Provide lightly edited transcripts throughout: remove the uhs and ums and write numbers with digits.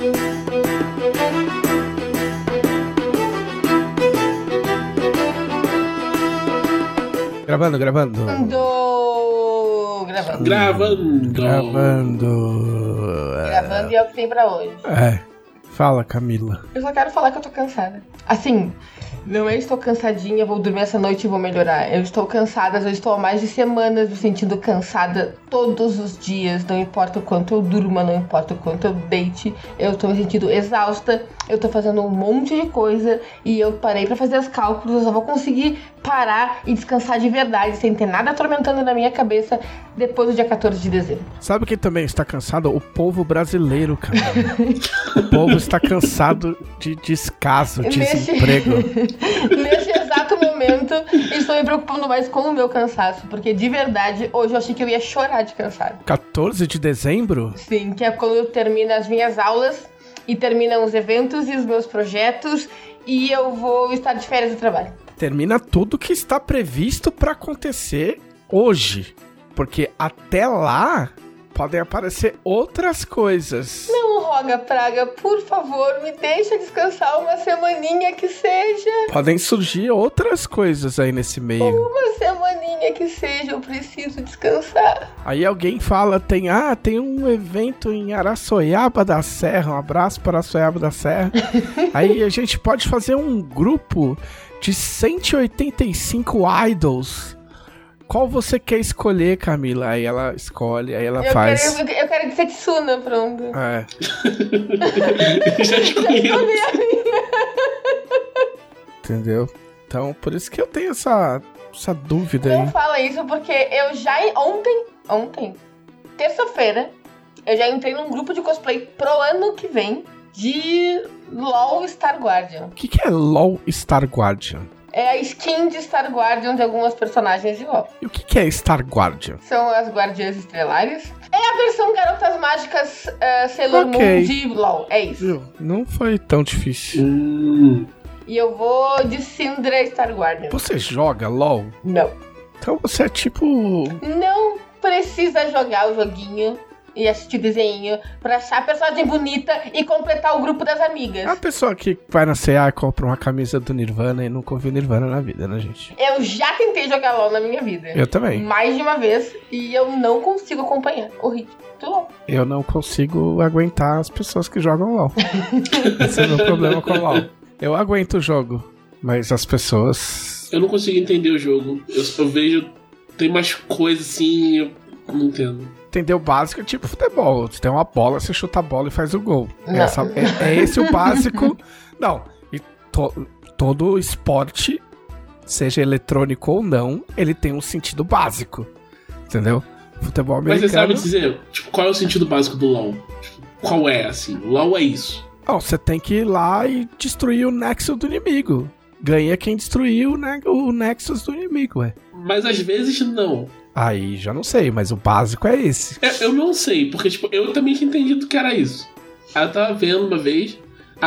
Gravando. Gravando e é o que tem pra hoje. Fala, Camila. Eu só quero falar que eu tô cansada. Assim, não é estou cansadinha, vou dormir essa noite e vou melhorar. Eu estou cansada, eu estou há mais de semanas me sentindo cansada todos os dias. Não importa o quanto eu durma, não importa o quanto eu deite. Eu tô me sentindo exausta, eu tô fazendo um monte de coisa e eu parei pra fazer os cálculos. Eu só vou conseguir parar e descansar de verdade, sem ter nada atormentando na minha cabeça depois do dia 14 de dezembro. Sabe quem também está cansado? O povo brasileiro, cara. O povo está cansado de descaso, desemprego. Nesse exato momento, estou me preocupando mais com o meu cansaço, porque de verdade, hoje eu achei que eu ia chorar de cansado. 14 de dezembro? Sim, que é quando termina as minhas aulas e terminam os eventos e os meus projetos e eu vou estar de férias do trabalho. Termina tudo que está previsto para acontecer hoje, porque até lá podem aparecer outras coisas. Não, Roga Praga, por favor, me deixa descansar uma semaninha que seja. Podem surgir outras coisas aí nesse meio. Uma semaninha que seja, eu preciso descansar. Aí alguém fala, tem um evento em Araçoiaba da Serra, um abraço para Araçoiaba da Serra. Aí a gente pode fazer um grupo de 185 idols. Qual você quer escolher, Camila? Aí ela escolhe, aí ela faz. Eu quero de Setsuna, pronto. Já escolhi a minha. Entendeu? Então, por isso que eu tenho essa dúvida aí. Não fala isso porque eu já... Ontem, terça-feira, eu já entrei num grupo de cosplay pro ano que vem de LOL Star Guardian. O que é LOL Star Guardian? É a skin de Star Guardian de algumas personagens de LOL. E o que é Star Guardian? São as Guardiãs Estelares. É a versão Garotas Mágicas Sailor Moon de LOL. É isso. Viu? Não foi tão difícil. E eu vou de Syndra Star Guardian. Você joga LOL? Não. Então você é tipo... Não precisa jogar o joguinho e assistir desenho pra achar a personagem bonita e completar o grupo das amigas. A pessoa que vai na CA e compra uma camisa do Nirvana e nunca ouviu Nirvana na vida, né, gente? Eu já tentei jogar LOL na minha vida. Eu também. Mais de uma vez. E eu não consigo acompanhar o ritmo do LOL. Eu não consigo aguentar as pessoas que jogam LOL. Esse é o meu problema com LOL. Eu aguento o jogo, mas as pessoas... Eu não consigo entender o jogo. Eu vejo... Tem mais coisas assim... Eu não entendo. Entender o básico é tipo futebol. Você tem uma bola, você chuta a bola e faz o gol. É esse o básico. Não. E todo esporte, seja eletrônico ou não, ele tem um sentido básico. Entendeu? Futebol americano... Mas você sabe dizer, tipo, qual é o sentido básico do LoL? Tipo, qual é, assim? O LoL é isso. Não, você tem que ir lá e destruir o Nexus do inimigo. Ganha quem destruiu o Nexus do inimigo, ué. Mas às vezes não. Aí já não sei, mas o básico é esse. Eu não sei, porque tipo, eu também tinha entendido que era isso. Aí eu tava vendo uma vez,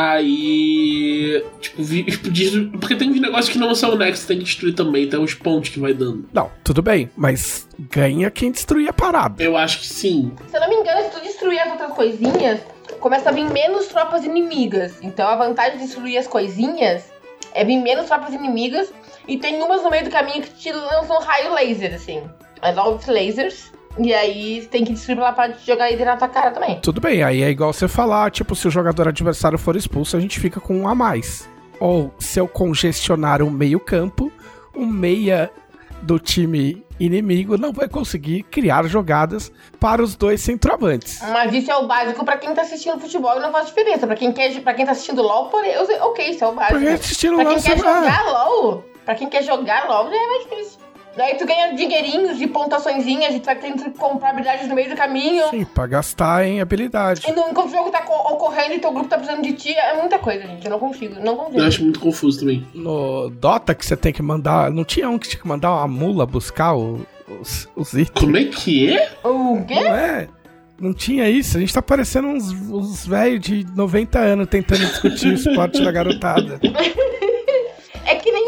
aí... Tipo, porque tem uns negócios que não são o Nexus, tem que destruir também, tem uns pontos que vai dando. Não, tudo bem, mas ganha quem destruir a parada. Eu acho que sim. Se eu não me engano, se tu destruir as outras coisinhas, começa a vir menos tropas inimigas. Então a vantagem de destruir as coisinhas é vir menos tropas inimigas. E tem umas no meio do caminho que te lançam um raio laser, assim. É LOL lasers. E aí tem que destruir lá pra jogar ele na tua cara também. Tudo bem, aí é igual você falar, tipo, se o jogador adversário for expulso, a gente fica com um a mais. Ou se eu congestionar o meio campo, o meia do time inimigo não vai conseguir criar jogadas para os dois centroavantes. Mas isso é o básico pra quem tá assistindo futebol e não faz diferença. Pra quem tá assistindo LOL, ok, isso é o básico. Pra quem quer jogar LOL, pra quem quer jogar LOL, já é mais difícil. Daí tu ganha dinheirinhos de pontuaçõezinhas, e tu vai ter que comprar habilidades no meio do caminho. Sim, pra gastar em habilidade. E enquanto o jogo tá ocorrendo e teu grupo tá precisando de ti, é muita coisa, gente. Eu não consigo. Eu acho muito confuso também. No Dota que você tem que mandar... Não tinha um que tinha que mandar uma mula buscar os itens? Como é que é? O quê? Não é? Não tinha isso? A gente tá parecendo uns velhos de 90 anos tentando discutir o esporte da garotada. É que nenhuma de nós é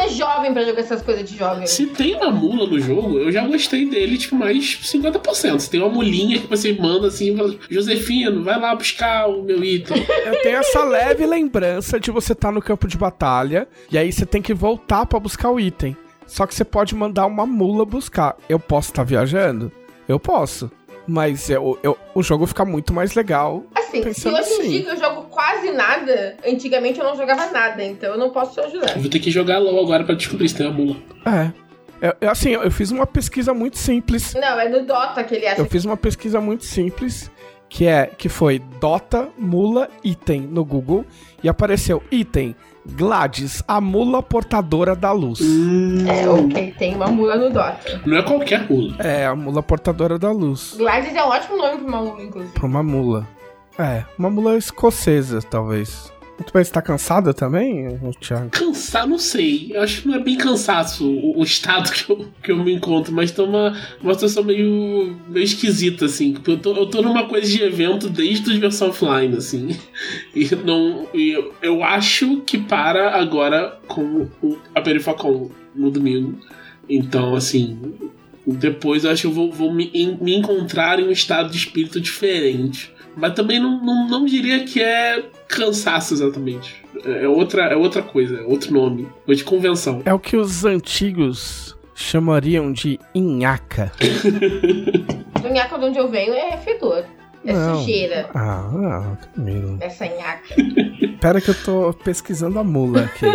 é jovem pra jogar essas coisas de jovem. Se tem uma mula no jogo, eu já gostei dele, tipo, mais 50%. Se tem uma mulinha que você manda assim, fala, Josefino, vai lá buscar o meu item. Eu tenho essa leve lembrança de você estar no campo de batalha e aí você tem que voltar pra buscar o item. Só que você pode mandar uma mula buscar. Eu posso estar viajando? Eu posso. Mas o jogo fica muito mais legal. Assim, se hoje em dia eu jogo quase nada, antigamente eu não jogava nada, então eu não posso te ajudar. Eu vou ter que jogar LOL agora pra descobrir se tem uma mula. Eu fiz uma pesquisa muito simples. Não, é no Dota que ele acha. Eu fiz uma pesquisa muito simples, que foi Dota mula item no Google, e apareceu item Gladys, a mula portadora da luz. Ok, tem uma mula no Dota. Não é qualquer mula. É, a mula portadora da luz. Gladys é um ótimo nome pra uma mula, inclusive. Pra uma mula. Uma mula escocesa, talvez. Muito bem, você tá cansado também, Thiago? Cansado, não sei. Eu acho que não é bem cansaço o estado que eu me encontro, mas tô uma situação meio esquisita, assim. Eu tô numa coisa de evento desde a versão offline, assim. E eu acho que para agora com a Perifacon no domingo. Então, assim, depois eu acho que eu vou me encontrar em um estado de espírito diferente. Mas também não diria que é cansaço exatamente. É outra coisa, é outro nome. Coisa de convenção. É o que os antigos chamariam de nhaca. O nhaca de onde eu venho é fedor. É sujeira. Não, Camilo. Essa nhaca. Espera que eu tô pesquisando a mula aqui.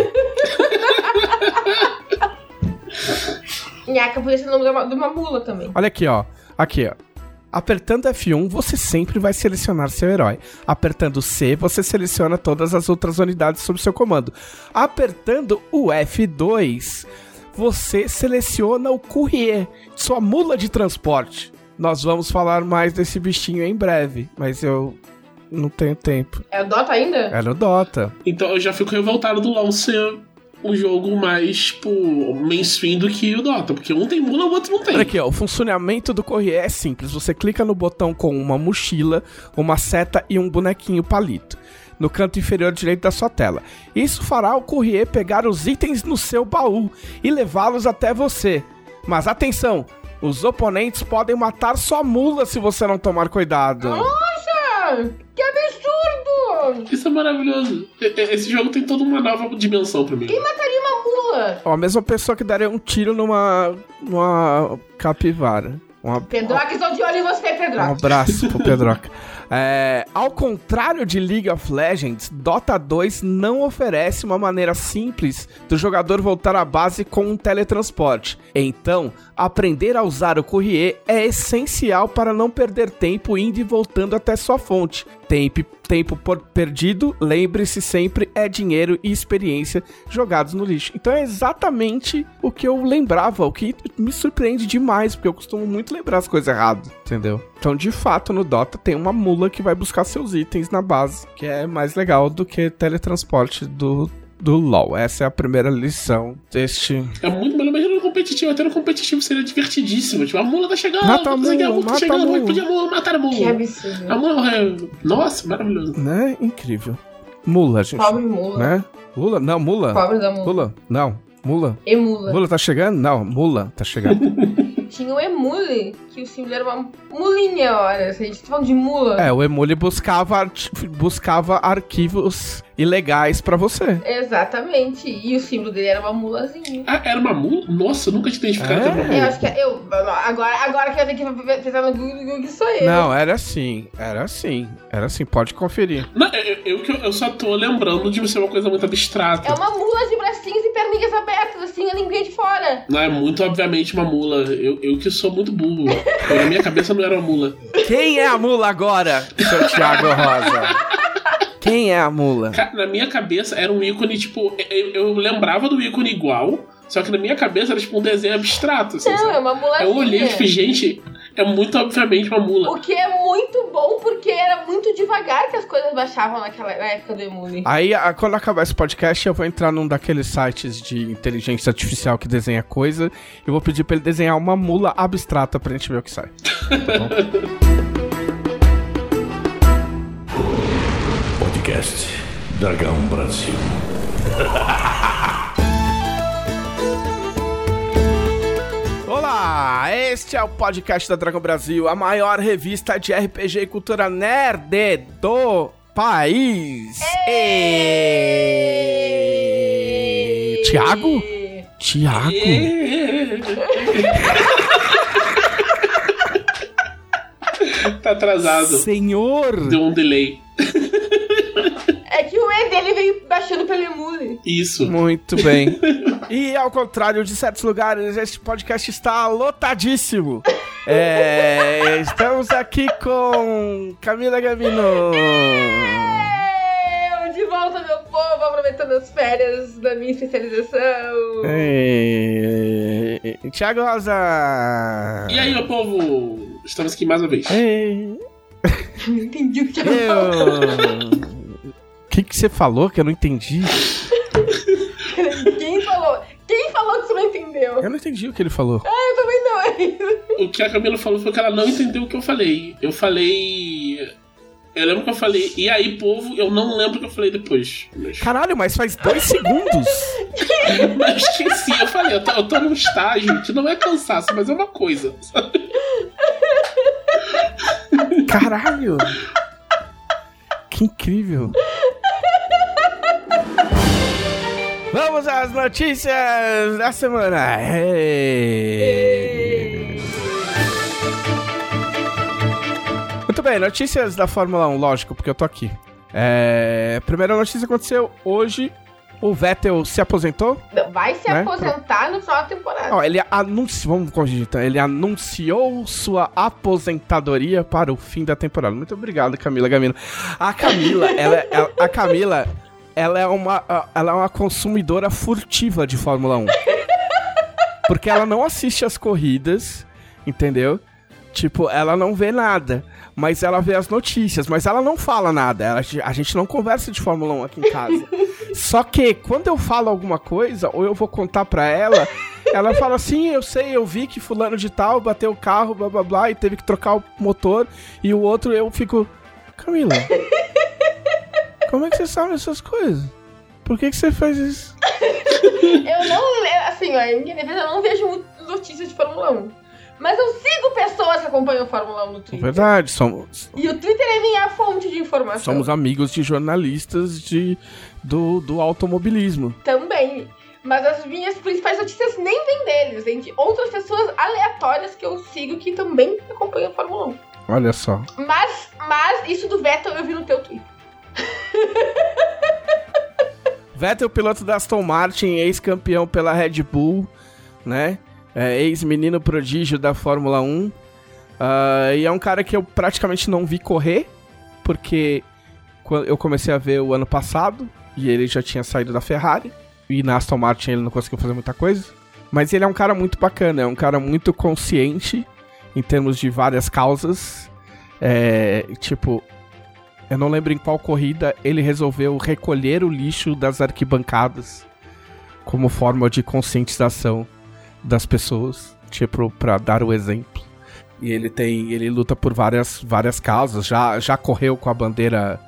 Nhaca podia ser o nome de uma mula também. Olha aqui, ó. Apertando F1, você sempre vai selecionar seu herói. Apertando C, você seleciona todas as outras unidades sob seu comando. Apertando o F2, você seleciona o courrier, sua mula de transporte. Nós vamos falar mais desse bichinho em breve, mas eu não tenho tempo. É o Dota ainda? É no Dota. Então eu já fico revoltado do LoL ser um jogo mais, tipo, mainstream do que o Dota. Porque um tem mula, o outro não tem. Olha aqui, ó. O funcionamento do courrier é simples. Você clica no botão com uma mochila, uma seta e um bonequinho palito no canto inferior direito da sua tela. Isso fará o courrier pegar os itens no seu baú e levá-los até você. Mas atenção! Os oponentes podem matar sua mula se você não tomar cuidado. Nossa! Que absurdo! Isso é maravilhoso. Esse jogo tem toda uma nova dimensão pra mim. Quem mataria uma mula? Ó, a mesma pessoa que daria um tiro numa capivara. Pedroca, estou de olho em você, Pedroca. Um abraço pro Pedroca. Ao contrário de League of Legends, Dota 2 não oferece uma maneira simples do jogador voltar à base com um teletransporte. Então, aprender a usar o courrier é essencial para não perder tempo indo e voltando até sua fonte. Tempo perdido, lembre-se sempre, é dinheiro e experiência jogados no lixo. Então é exatamente o que eu lembrava, o que me surpreende demais, porque eu costumo muito lembrar as coisas erradas, entendeu? Então, de fato, no Dota tem uma mula que vai buscar seus itens na base, que é mais legal do que teletransporte do LoL. Essa é a primeira lição deste... É muito melhor, imagina no competitivo. Até no competitivo seria divertidíssimo. Tipo, a mula tá chegando. Mata a mula, tá chegando. Podia matar a mula. Que absurdo. A mula morreu. Nossa, maravilhoso. Né? Incrível. Mula, gente. Pobre mula. Né? Mula? Não, mula. Pobre da mula. Mula? Não. Mula. Emula. Mula tá chegando? Não, mula tá chegando. Tinha o Emule, que o símbolo era uma mulinha, olha. Se a gente tá falando de mula. O Emule buscava arquivos ilegais pra você. Exatamente. E o símbolo dele era uma mulazinha. Ah, era uma mula? Nossa, eu nunca tinha identificado que era uma mula. Eu acho que agora que eu tenho que pensar no Google, que sou eu. Não, era assim. Pode conferir. Não, eu só tô lembrando de ser uma coisa muito abstrata. É uma mula de bracinhos e perninhas abertas, assim, a linguinha de fora. Não, é muito obviamente uma mula. Eu que sou muito burro. Na minha cabeça não era uma mula. Quem é a mula agora, seu Thiago Rosa? Quem é a mula? Na minha cabeça era um ícone, tipo... Eu lembrava do ícone igual, só que na minha cabeça era tipo um desenho abstrato. Assim, não, sabe? É uma mulazinha. Eu olhei e falei, gente, é muito obviamente uma mula. O que é muito bom, porque era muito devagar que as coisas baixavam naquela época do Emule. Aí, quando acabar esse podcast, eu vou entrar num daqueles sites de inteligência artificial que desenha coisa e vou pedir pra ele desenhar uma mula abstrata pra gente ver o que sai. Tá bom? Podcast Dragão Brasil. Olá! Este é o podcast da Dragão Brasil, a maior revista de RPG e cultura nerd do país. Tiago? Tá atrasado. Senhor! Deu um delay. É que o E dele veio baixando pelo emule. Isso. Muito bem. E ao contrário de certos lugares, este podcast está lotadíssimo. Estamos aqui com Camila Gavino. De volta, meu povo, aproveitando as férias da minha especialização. Thiago Rosa. E aí, meu povo? Estamos aqui mais uma vez. Não entendi o que Thiago falou. O que você falou que eu não entendi? Quem falou que você não entendeu? Eu não entendi o que ele falou. Eu também não. O que a Camila falou foi que ela não entendeu o que eu falei. Eu lembro que eu falei, e aí, povo, eu não lembro o que eu falei depois. Caralho, mas faz 2 segundos. Mas esqueci, eu falei, eu tô num estágio que não é cansaço, mas é uma coisa. Sabe? Caralho. Que incrível. Vamos às notícias da semana. Muito bem, notícias da Fórmula 1, lógico, porque eu tô aqui. Primeira notícia aconteceu hoje. O Vettel se aposentou. Vai se aposentar no final da temporada. Ó, ele anunciou, vamos corrigir, então. Ele anunciou sua aposentadoria para o fim da temporada. Muito obrigado, Camila Gamino. A Camila, ela é uma consumidora furtiva de Fórmula 1. Porque ela não assiste as corridas, entendeu? Tipo, ela não vê nada, mas ela vê as notícias, mas ela não fala nada. A gente não conversa de Fórmula 1 aqui em casa. Só que, quando eu falo alguma coisa, ou eu vou contar pra ela, ela fala assim, eu sei, eu vi que fulano de tal bateu o carro, blá blá blá, e teve que trocar o motor, e o outro eu fico... Camila, como é que você sabe essas coisas? Por que você faz isso? Eu não... Assim, ó, em minha defesa, eu não vejo muitas notícias de Fórmula 1. Mas eu sigo pessoas que acompanham Fórmula 1 no Twitter. Verdade, E o Twitter é minha fonte de informação. Somos amigos de jornalistas do automobilismo. Também. Mas as minhas principais notícias nem vêm deles, vêm de outras pessoas aleatórias que eu sigo que também acompanham Fórmula 1. Olha só. Mas isso do Vettel eu vi no teu Twitter. Vettel, piloto da Aston Martin, ex-campeão pela Red Bull, né? Ex-menino prodígio da Fórmula 1. E é um cara que eu praticamente não vi correr, porque eu comecei a ver o ano passado, e ele já tinha saído da Ferrari, e na Aston Martin ele não conseguiu fazer muita coisa. Mas ele é um cara muito bacana, é um cara muito consciente, em termos de várias causas. Tipo, eu não lembro em qual corrida ele resolveu recolher o lixo das arquibancadas, como forma de conscientização das pessoas, tipo, pra dar o exemplo. E ele luta por várias causas, já correu com a bandeira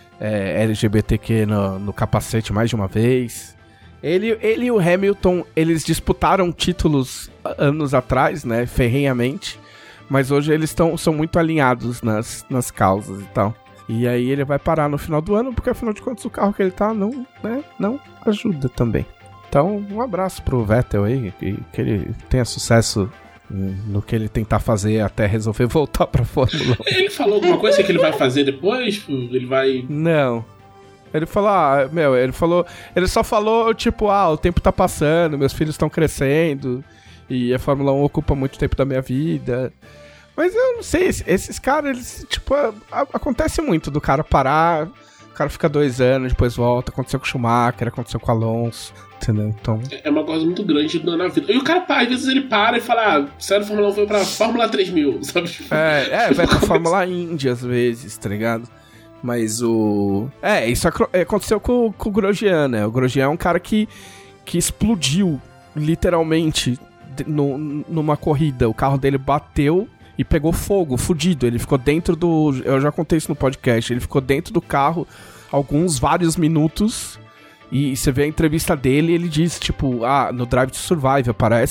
LGBTQ no capacete mais de uma vez. Ele e o Hamilton, eles disputaram títulos anos atrás, né, ferrenhamente, mas hoje eles são muito alinhados nas causas e tal. E aí ele vai parar no final do ano, porque afinal de contas o carro que ele tá não ajuda também. Então, um abraço pro Vettel aí, que ele tenha sucesso no que ele tentar fazer até resolver voltar pra Fórmula 1. Ele falou alguma coisa que ele vai fazer depois? Ele vai... Não. Ele falou... Ele só falou, tipo, o tempo tá passando, meus filhos estão crescendo, e a Fórmula 1 ocupa muito tempo da minha vida. Mas eu não sei, esses caras, eles, tipo, acontece muito do cara parar... O cara fica 2 anos, depois volta. Aconteceu com o Schumacher, aconteceu com o Alonso, entendeu? Então... É uma coisa muito grande na vida. E o cara, às vezes, ele para e fala, sai da Fórmula 1, foi pra Fórmula 3000, sabe? Vai pra Fórmula Indy, às vezes, tá ligado? Mas isso aconteceu com o Grosjean, né? O Grosjean é um cara que explodiu, literalmente, numa corrida. O carro dele bateu e pegou fogo, fudido. Ele ficou dentro do... Eu já contei isso no podcast. Ele ficou dentro do carro vários minutos. E você vê a entrevista dele, ele diz, tipo... no Drive to Survive aparece.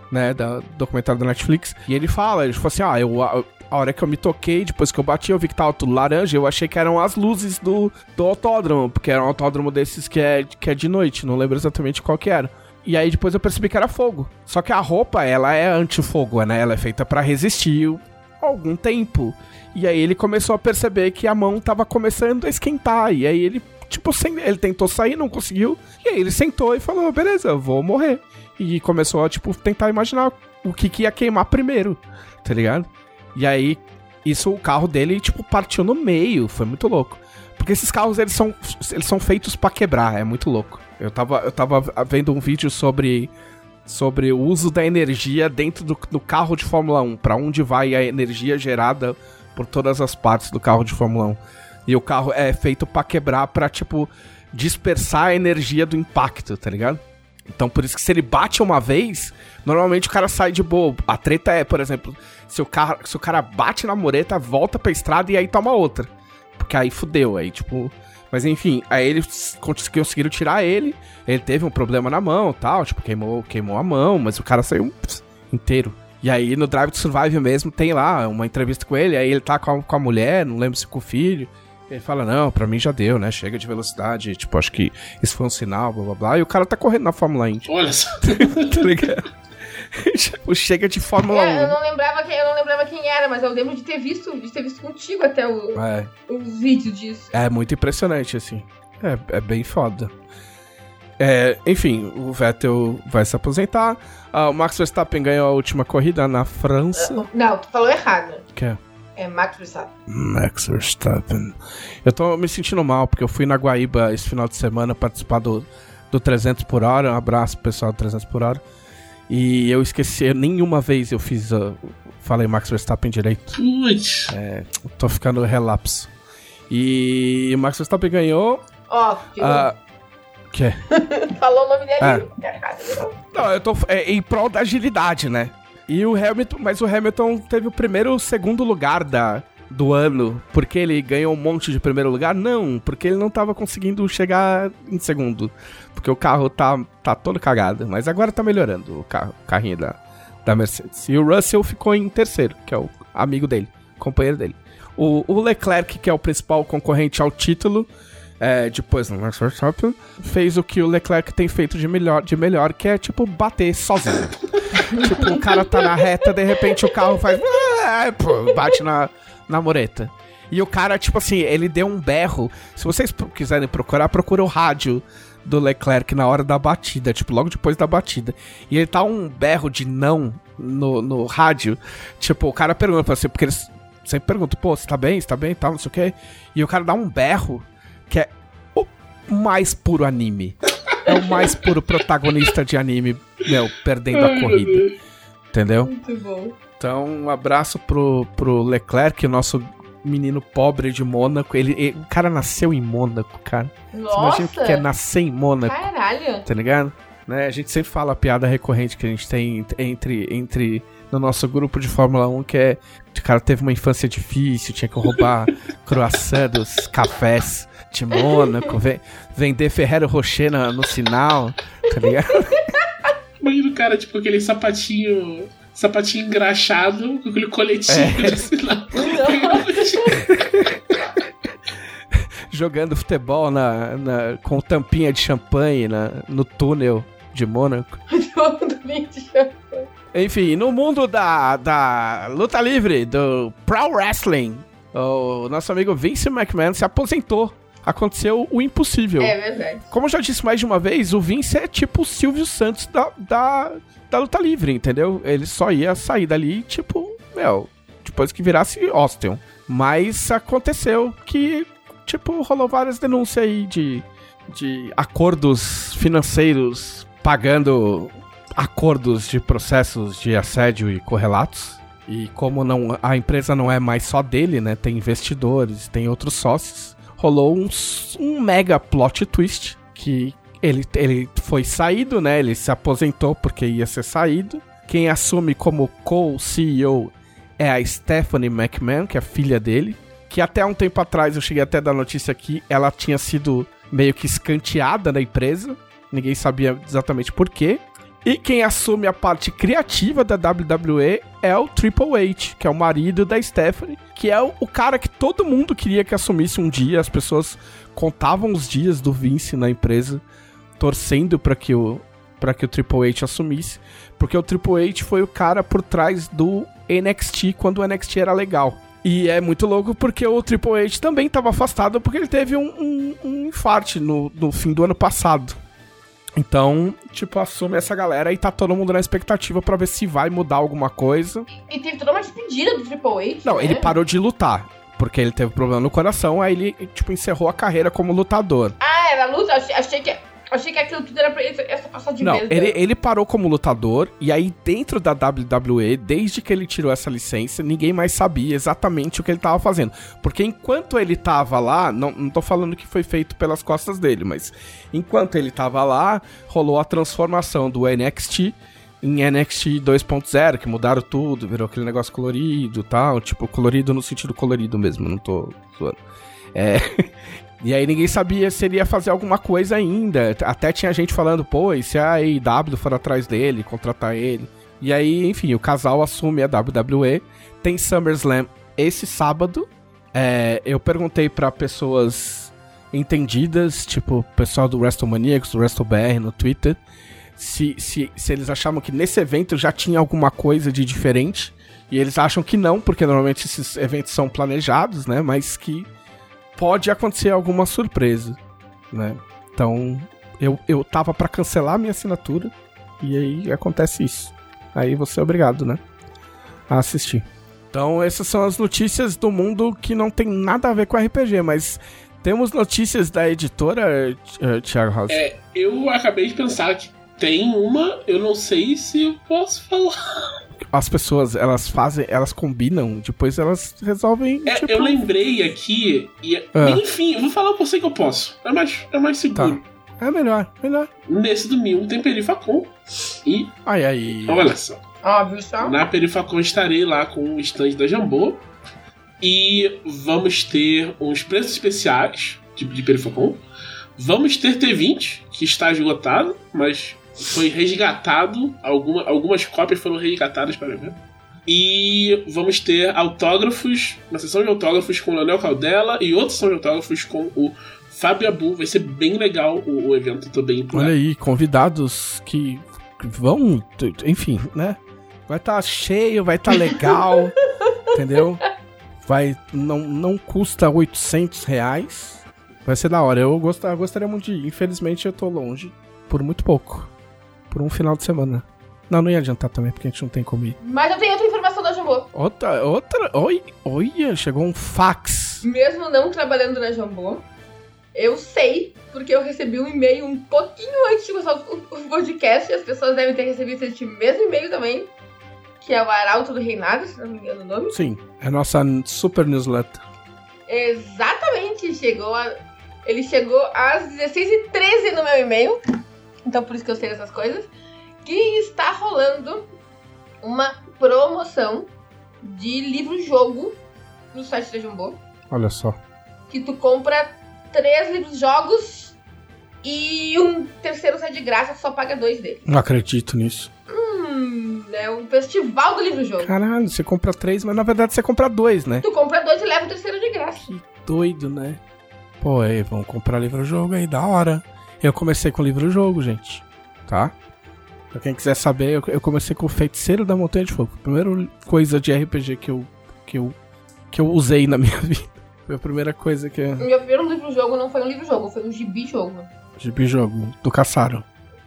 né, do documentário da Netflix. E ele falou assim, a hora que eu me toquei, depois que eu bati, eu vi que tava tudo laranja, eu achei que eram as luzes do autódromo, porque era um autódromo desses que é de noite, não lembro exatamente qual que era. E aí depois eu percebi que era fogo. Só que a roupa, ela é anti-fogo, né? Ela é feita pra resistir algum tempo. E aí ele começou a perceber que a mão tava começando a esquentar. E aí ele, ele tentou sair, não conseguiu. E aí ele sentou e falou, beleza, eu vou morrer. E começou a, tentar imaginar o que ia queimar primeiro, tá ligado? E aí, o carro dele, partiu no meio. Foi muito louco. Porque esses carros, eles são feitos pra quebrar. É muito louco. Eu tava vendo um vídeo sobre o uso da energia dentro do carro de Fórmula 1. Pra onde vai a energia gerada por todas as partes do carro de Fórmula 1. E o carro é feito pra quebrar, pra, dispersar a energia do impacto, tá ligado? Então, por isso que se ele bate uma vez, normalmente o cara sai de boa. A treta é, por exemplo, se o cara bate na mureta, volta pra estrada e aí toma outra. Porque aí fudeu, aí Mas enfim, aí eles conseguiram tirar ele. Ele teve um problema na mão e tal, queimou a mão, mas o cara saiu inteiro. E aí no Drive to Survive mesmo tem lá uma entrevista com ele, aí ele tá com a mulher, não lembro se com o filho. Ele fala, não, pra mim já deu, né? Chega de velocidade, acho que isso foi um sinal, blá blá blá. E o cara tá correndo na Fórmula 1. Olha só. Tá ligado? Chega de Fórmula 1. Eu não lembrava quem era, mas eu lembro de ter visto contigo até os vídeos disso. É muito impressionante, assim. É bem foda. Enfim, o Vettel vai se aposentar. O Max Verstappen ganhou a última corrida na França. Não, tu falou errado. Que é? É Max Verstappen. Max Verstappen. Eu tô me sentindo mal, porque eu fui na Guaíba esse final de semana participar do 300 por hora. Um abraço, pessoal do 300 por hora. E eu esqueci, nenhuma vez eu falei Max Verstappen direito. Putz. Tô ficando relapso. E o Max Verstappen ganhou. Que? Falou o nome dele. Não, eu tô em prol da agilidade, né? E o Hamilton teve o primeiro ou segundo lugar do ano. Porque ele ganhou um monte de primeiro lugar? Não, porque ele não tava conseguindo chegar em segundo. Porque o carro tá todo cagado. Mas agora tá melhorando o carrinho da Mercedes. E o Russell ficou em terceiro, que é o amigo dele, companheiro dele. O Leclerc, que é o principal concorrente ao título, depois do Max Verstappen, fez o que o Leclerc tem feito de melhor, que é, bater sozinho. O cara tá na reta, de repente o carro faz... bate na mureta. E o cara, ele deu um berro. Se vocês quiserem procura o rádio do Leclerc na hora da batida, logo depois da batida. E ele tá um berro de não no rádio. O cara pergunta assim, porque eles sempre perguntam, você tá bem e tal, não sei o quê. E o cara dá um berro que é o mais puro anime. É o mais puro protagonista de anime, perdendo a corrida. Entendeu? Muito bom. Então, um abraço pro Leclerc, nosso menino pobre de Mônaco. O cara nasceu em Mônaco, cara. Nossa! Você imagina o que é nascer em Mônaco? Caralho! Tá ligado? Né? A gente sempre fala a piada recorrente que a gente tem entre no nosso grupo de Fórmula 1, que é... O cara teve uma infância difícil, tinha que roubar croissant dos cafés de Mônaco, vender Ferrero Rocher no sinal, tá ligado? Imagina o cara, aquele sapatinho engraxado com aquele coletinho de sinal. Jogando futebol com tampinha de champanhe no túnel de Mônaco. Enfim, no mundo da luta livre, do Pro Wrestling, o nosso amigo Vince McMahon se aposentou. Aconteceu o impossível. É verdade. Como eu já disse mais de uma vez, o Vince é tipo o Silvio Santos da luta livre, entendeu? Ele só ia sair dali, depois que virasse Austin. Mas aconteceu que, rolou várias denúncias aí de acordos financeiros pagando acordos de processos de assédio e correlatos. E como a empresa não é mais só dele, né? Tem investidores, tem outros sócios. Rolou um mega plot twist que ele foi saído, né? Ele se aposentou porque ia ser saído. Quem assume como co-CEO é a Stephanie McMahon, que é a filha dele. Que até um tempo atrás, eu cheguei até a dar notícia aqui, ela tinha sido meio que escanteada na empresa. Ninguém sabia exatamente por quê. E quem assume a parte criativa da WWE é o Triple H, que é o marido da Stephanie, que é o cara que todo mundo queria que assumisse um dia. As pessoas contavam os dias do Vince na empresa, torcendo para que o Triple H assumisse, porque o Triple H foi o cara por trás do NXT, quando o NXT era legal. E é muito louco porque o Triple H também estava afastado porque ele teve um infarte no fim do ano passado. Então, tipo, assume essa galera e tá todo mundo na expectativa pra ver se vai mudar alguma coisa. E teve toda uma despedida do Triple H, Não, né? ele parou de lutar, porque ele teve problema no coração, aí ele, tipo, encerrou a carreira como lutador. Ah, era luta? Achei que aquilo tudo era pra ele essa passar de vez. Não, ele parou como lutador, e aí dentro da WWE, desde que ele tirou essa licença, ninguém mais sabia exatamente o que ele tava fazendo. Porque enquanto ele tava lá, não tô falando que foi feito pelas costas dele, mas enquanto ele tava lá, rolou a transformação do NXT em NXT 2.0, que mudaram tudo, virou aquele negócio colorido e tal, tipo, colorido no sentido colorido mesmo, não tô zoando. E aí ninguém sabia se ele ia fazer alguma coisa ainda. Até tinha gente falando, pô, e se a AEW for atrás dele, contratar ele? E aí, enfim, o casal assume a WWE. Tem SummerSlam esse sábado. Eu perguntei pra pessoas entendidas, tipo, pessoal do WrestleManiacs, do WrestleBR no Twitter, se eles achavam que nesse evento já tinha alguma coisa de diferente. E eles acham que não, porque normalmente esses eventos são planejados, né? Mas que pode acontecer alguma surpresa, né? Então, eu tava pra cancelar a minha assinatura e aí acontece isso. Aí você é obrigado, né? A assistir. Então, essas são as notícias do mundo que não tem nada a ver com RPG, mas temos notícias da editora, Thiago House. Eu acabei de pensar que tem uma, eu não sei se eu posso falar. As pessoas, elas combinam, depois elas resolvem, tipo... Eu lembrei aqui, enfim, eu vou falar por você que eu posso. É mais seguro. Tá. É melhor. Nesse domingo tem Perifacon e... Ai. Olha só. Óbvio, só. Na Perifacon estarei lá com o stand da Jambô e vamos ter uns preços especiais de Perifacon. Vamos ter T20, que está esgotado, mas... foi resgatado, algumas cópias foram resgatadas para ver. E vamos ter autógrafos, uma sessão de autógrafos com o Leonel Caldela e outra sessão de autógrafos com o Fábio Abu. Vai ser bem legal o evento também. Olha aí, convidados que vão, enfim, né? Vai estar cheio, vai estar legal, entendeu? Não custa R$800. Vai ser da hora. Eu gostaria muito de ir. Infelizmente eu tô longe por muito pouco. Por um final de semana. Não ia adiantar também, porque a gente não tem como ir. Mas eu tenho outra informação da Jambô. Outra? Olha, chegou um fax. Mesmo não trabalhando na Jambô, eu sei, porque eu recebi um e-mail um pouquinho antes de começar o podcast, e as pessoas devem ter recebido esse mesmo e-mail também, que é o Arauto do Reinado, se não me engano o nome. Sim, é a nossa super newsletter. Exatamente, ele chegou às 16h13 no meu e-mail. Então por isso que eu sei dessas coisas. Que está rolando uma promoção de livro-jogo no site da Jambô. Olha só. Que tu compra 3 livros-jogos e um terceiro sai de graça, só paga 2 deles. Não acredito nisso. É um festival do livro-jogo. Caralho, você compra 3, mas na verdade você compra 2, né? Tu compra 2 e leva o terceiro de graça. Que doido, né? Pô, aí, vamos comprar livro-jogo aí, da hora. Eu comecei com livro-jogo, gente, tá? Pra quem quiser saber, eu comecei com o Feiticeiro da Montanha de Fogo. A primeira coisa de RPG que eu usei na minha vida. Foi a primeira coisa que... Meu primeiro livro-jogo não foi um livro-jogo, foi um gibi-jogo. Gibi-jogo, do Caçaro.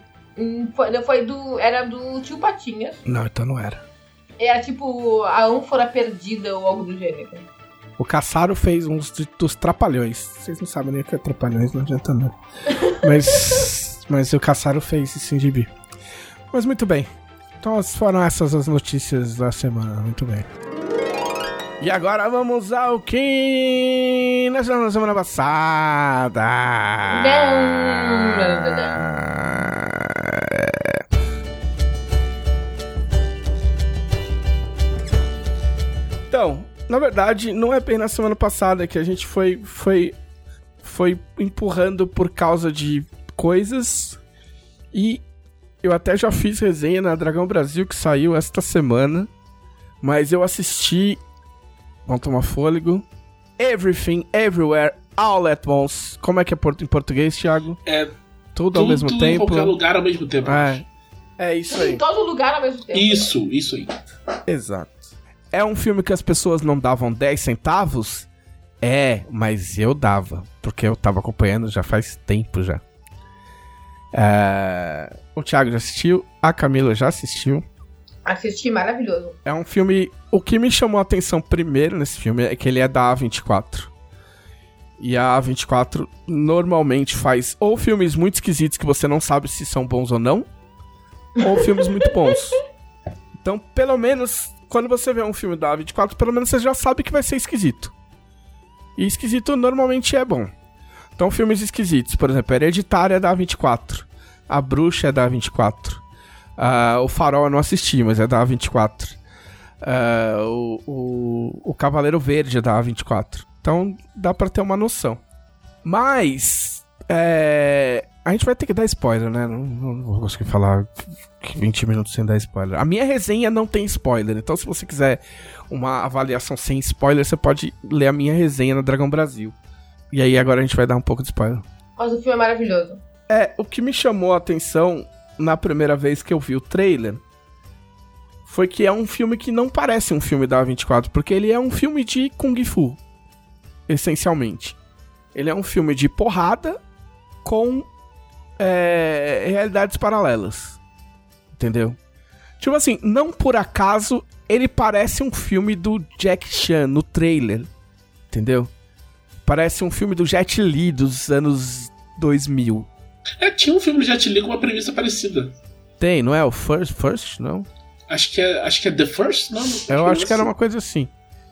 Era do Tio Patinhas. Não, então não era. Era tipo a ânfora perdida ou algo do gênero. O Caçaro fez uns dos Trapalhões. Vocês não sabem nem o que é Trapalhões, não adianta não. Mas o Caçaro fez esse gibi. Mas muito bem. Então foram essas as notícias da semana. Muito bem. E agora vamos ao que nós falamos na semana passada. Então, na verdade, não é bem na semana passada que a gente foi empurrando por causa de coisas. E Eu até já fiz resenha na Dragão Brasil, que saiu esta semana. Mas eu assisti... Vamos tomar fôlego. Everything, Everywhere, All at Once. Como é que é em português, Thiago? Tudo ao mesmo tempo. Em qualquer lugar ao mesmo tempo. É isso aí. Em todo lugar ao mesmo tempo. Isso aí. Exato. É um filme que as pessoas não davam 10 centavos? Mas eu dava. Porque eu tava acompanhando já faz tempo já. O Thiago já assistiu. A Camila já assistiu. Assisti, maravilhoso. É um filme... O que me chamou a atenção primeiro nesse filme é que ele é da A24. E a A24 normalmente faz ou filmes muito esquisitos que você não sabe se são bons ou não, ou filmes muito bons. Então, pelo menos, quando você vê um filme da A24, pelo menos você já sabe que vai ser esquisito. E esquisito normalmente é bom. Então, filmes esquisitos, por exemplo, Hereditário é da A24. A Bruxa é da A24. O Farol eu não assisti, mas é da A24. O Cavaleiro Verde é da A24. Então dá pra ter uma noção. Mas a gente vai ter que dar spoiler, né? Não vou conseguir falar 20 minutos sem dar spoiler. A minha resenha não tem spoiler. Então se você quiser uma avaliação sem spoiler, você pode ler a minha resenha na Dragão Brasil. E aí agora a gente vai dar um pouco de spoiler. Mas o filme é maravilhoso. O que me chamou a atenção na primeira vez que eu vi o trailer foi que é um filme que não parece um filme da A24, porque ele é um filme de Kung Fu, essencialmente. Ele é um filme de porrada com realidades paralelas, entendeu? Tipo assim, não por acaso ele parece um filme do Jack Chan no trailer, entendeu? Parece um filme do Jet Li dos anos 2000. Tinha um filme do Jet Li com uma premissa parecida. Tem, não é? O First, não? Acho que é The First, não? Eu acho que era uma coisa assim.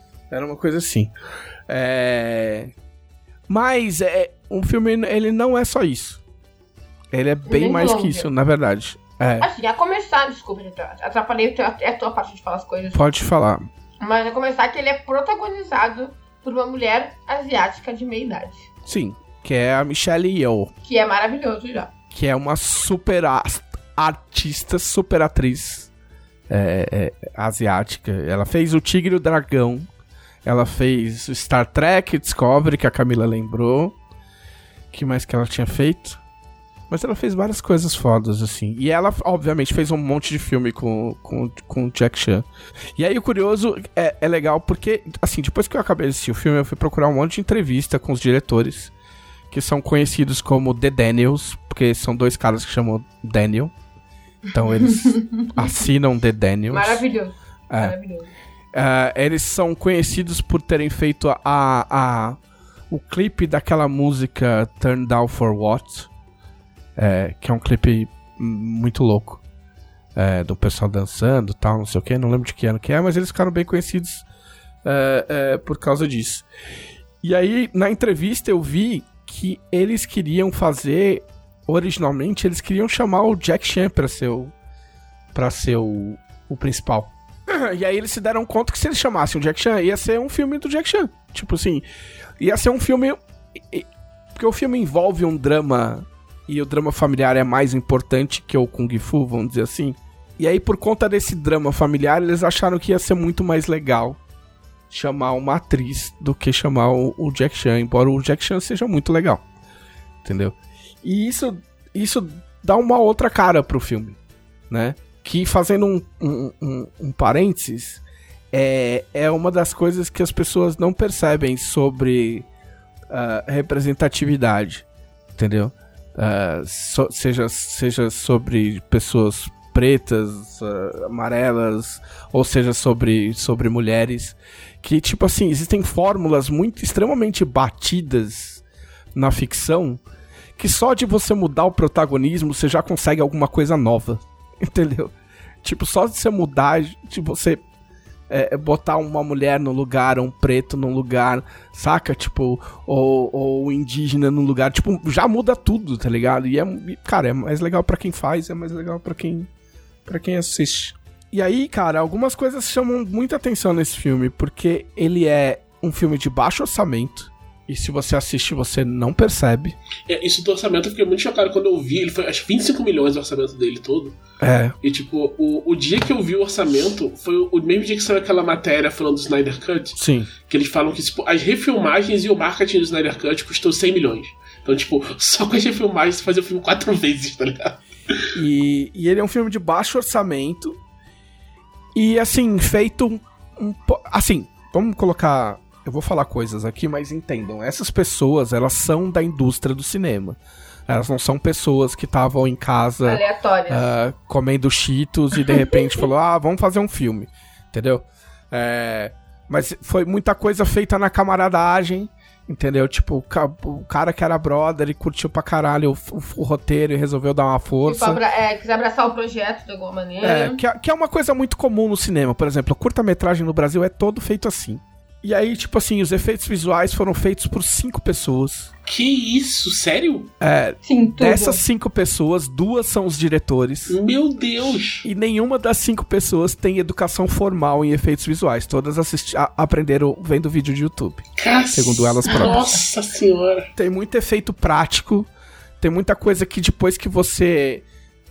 Mas um filme, ele não é só isso. Ele é bem mais que isso, na verdade. Assim, a começar... Desculpa, gente, atrapalhei a tua parte de falar as coisas. Pode falar. Mas a começar que ele é protagonizado por uma mulher asiática de meia idade. Sim, que é a Michelle Yeoh. Que é maravilhoso já. Que é uma super artista, super atriz asiática. Ela fez O Tigre e o Dragão. Ela fez o Star Trek Discovery, que a Camila lembrou. O que mais que ela tinha feito? Mas ela fez várias coisas fodas, assim. E ela, obviamente, fez um monte de filme com Jack Chan. E aí, o curioso é legal porque, assim, depois que eu acabei de assistir o filme, eu fui procurar um monte de entrevista com os diretores, que são conhecidos como The Daniels, porque são dois caras que chamam Daniel. Então, eles assinam The Daniels. Maravilhoso. Maravilhoso. Eles são conhecidos por terem feito o clipe daquela música Turn Down for What? Que é um clipe muito louco. Do pessoal dançando e tal, não sei o que. Não lembro de que ano que é, mas eles ficaram bem conhecidos por causa disso. E aí, na entrevista, eu vi que eles queriam fazer... Originalmente, eles queriam chamar o Jack Chan pra ser o principal. E aí eles se deram conta que se eles chamassem o Jack Chan, ia ser um filme do Jack Chan. Tipo assim, ia ser um filme... Porque o filme envolve um drama... E o drama familiar é mais importante que o Kung Fu, vamos dizer assim. E aí, por conta desse drama familiar, eles acharam que ia ser muito mais legal chamar uma atriz do que chamar o Jack Chan. Embora o Jack Chan seja muito legal. Entendeu? E isso dá uma outra cara pro filme, né? Que, fazendo um parênteses, é uma das coisas que as pessoas não percebem sobre representatividade, entendeu? Seja sobre pessoas pretas, amarelas, ou seja sobre mulheres, que, tipo assim, existem fórmulas extremamente batidas na ficção, que só de você mudar o protagonismo você já consegue alguma coisa nova, entendeu? Tipo, só de você mudar, de você botar uma mulher no lugar, um preto no lugar, saca? Tipo, ou indígena no lugar, tipo, já muda tudo, tá ligado? E cara, é mais legal pra quem faz, é mais legal pra quem assiste. E aí, cara, algumas coisas chamam muita atenção nesse filme, porque ele é um filme de baixo orçamento, E se você assiste, você não percebe. Isso do orçamento, eu fiquei muito chocado quando eu vi. Ele foi, acho que 25 milhões o orçamento dele todo. E tipo, o dia que eu vi o orçamento foi o mesmo dia que saiu aquela matéria falando do Snyder Cut. Sim. Que eles falam que tipo, as refilmagens e o marketing do Snyder Cut custou 100 milhões. Então, tipo, só com as refilmagens você fazia o filme 4 vezes, tá ligado? E ele é um filme de baixo orçamento. E assim, feito assim, vamos colocar... Eu vou falar coisas aqui, mas entendam. Essas pessoas, elas são da indústria do cinema. Elas não são pessoas que estavam em casa... aleatórias. Comendo Cheetos e de repente falou, vamos fazer um filme. Entendeu? Mas foi muita coisa feita na camaradagem. Entendeu? Tipo, o cara que era brother, ele curtiu pra caralho o roteiro e resolveu dar uma força. Quiser abraçar o projeto de alguma maneira. Que é uma coisa muito comum no cinema. Por exemplo, a curta-metragem no Brasil é todo feito assim. E aí, tipo assim, os efeitos visuais foram feitos por 5 pessoas. Que isso? Sério? Sim, tudo. Dessas 5 pessoas, 2 são os diretores. Meu Deus! E nenhuma das 5 pessoas tem educação formal em efeitos visuais. Todas aprenderam vendo vídeo de YouTube. Segundo elas próprias. Nossa senhora! Tem muito efeito prático. Tem muita coisa que depois que você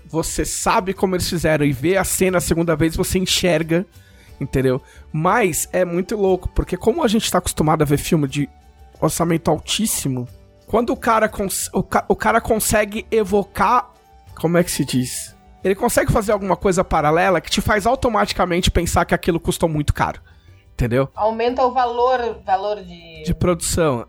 sabe como eles fizeram e vê a cena a segunda vez, você enxerga. Entendeu? Mas é muito louco, porque como a gente tá acostumado a ver filme de orçamento altíssimo, quando o cara consegue evocar... Como é que se diz? Ele consegue fazer alguma coisa paralela que te faz automaticamente pensar que aquilo custou muito caro. Entendeu? Aumenta o valor de produção.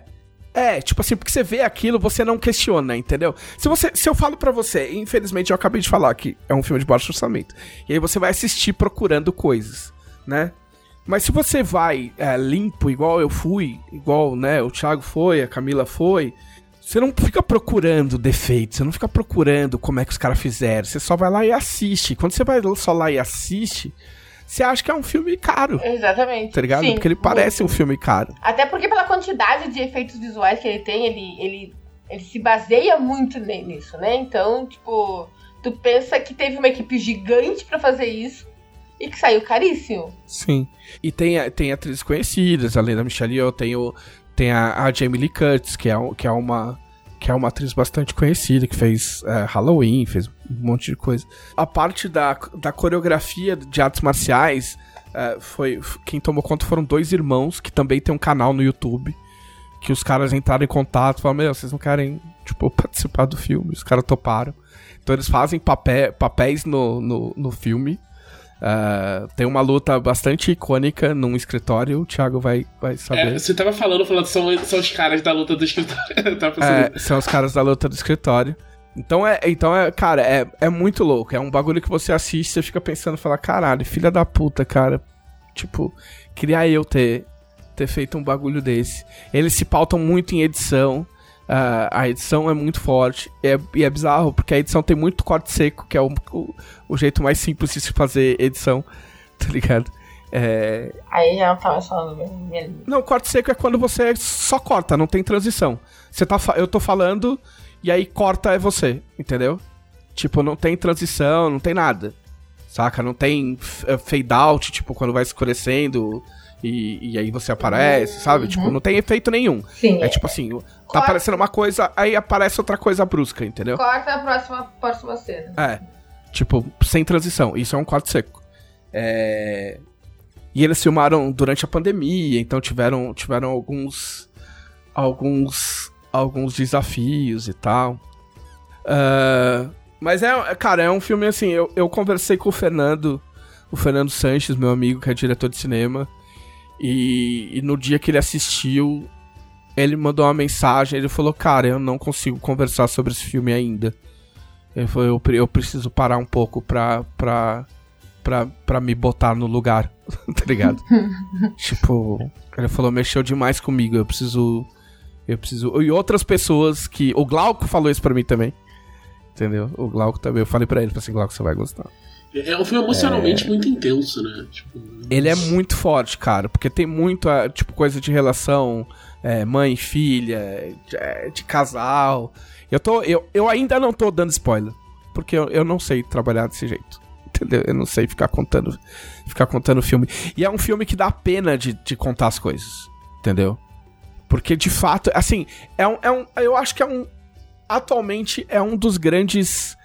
Tipo assim, porque você vê aquilo, você não questiona, entendeu? Se eu falo pra você, infelizmente eu acabei de falar que é um filme de baixo orçamento, e aí você vai assistir procurando coisas, né? Mas se você vai limpo, igual eu fui, igual, né, o Thiago foi, a Camila foi, você não fica procurando defeitos, você não fica procurando como é que os caras fizeram, você só vai lá e assiste. Quando você vai só lá e assiste... Você acha que é um filme caro. Exatamente. Tá ligado? Sim, porque ele parece um filme caro. Até porque pela quantidade de efeitos visuais que ele tem, ele se baseia muito nisso, né? Então, tipo, tu pensa que teve uma equipe gigante pra fazer isso e que saiu caríssimo. Sim. E tem atrizes conhecidas, além da Michelle Yeoh, tem a Jamie Lee Curtis, que é uma atriz bastante conhecida, que fez Halloween, fez um monte de coisa. A parte da coreografia de artes marciais, quem tomou conta foram 2 irmãos, que também tem um canal no YouTube, que os caras entraram em contato, falaram, vocês não querem, tipo, participar do filme? Os caras toparam. Então eles fazem papéis no filme. Tem uma luta bastante icônica num escritório, o Thiago vai saber. Você tava falando são os caras da luta do escritório. São os caras da luta do escritório. Então cara, é muito louco. É um bagulho que você assiste, você fica pensando, fala, caralho, filha da puta, cara. Tipo, queria eu ter feito um bagulho desse. Eles se pautam muito em edição. A edição é muito forte e é bizarro, porque a edição tem muito corte seco, que é o jeito mais simples de se fazer edição, tá ligado? Aí já não tava falando. Não, corte seco é quando você só corta, não tem transição. Eu tô falando e aí corta é você, entendeu? Tipo, não tem transição, não tem nada, saca? Não tem fade out, tipo, quando vai escurecendo e aí você aparece, sabe? Tipo, não tem efeito nenhum. Sim, tipo assim, tá aparecendo uma coisa, aí aparece outra coisa brusca, entendeu? Corta a próxima cena. Tipo, sem transição. Isso é um corte seco. E eles filmaram durante a pandemia, então tiveram alguns desafios e tal. Mas cara, é um filme assim, eu conversei com o Fernando Sanches, meu amigo, que é diretor de cinema, e no dia que ele assistiu, ele mandou uma mensagem, ele falou, cara, eu não consigo conversar sobre esse filme ainda. Ele falou, eu preciso parar um pouco pra me botar no lugar, tá ligado? Tipo, ele falou, mexeu demais comigo, eu preciso... E outras pessoas que... O Glauco falou isso pra mim também, entendeu? O Glauco também, eu falei pra ele, assim, Glauco, você vai gostar. É um filme emocionalmente muito intenso, né? Tipo, ele é muito forte, cara, porque tem muito, tipo, coisa de relação mãe e filha, de casal. Eu ainda não tô dando spoiler, porque eu não sei trabalhar desse jeito, entendeu? Eu não sei ficar contando filme. E é um filme que dá pena de contar as coisas, entendeu? Porque, de fato, assim, eu acho que atualmente é um dos grandes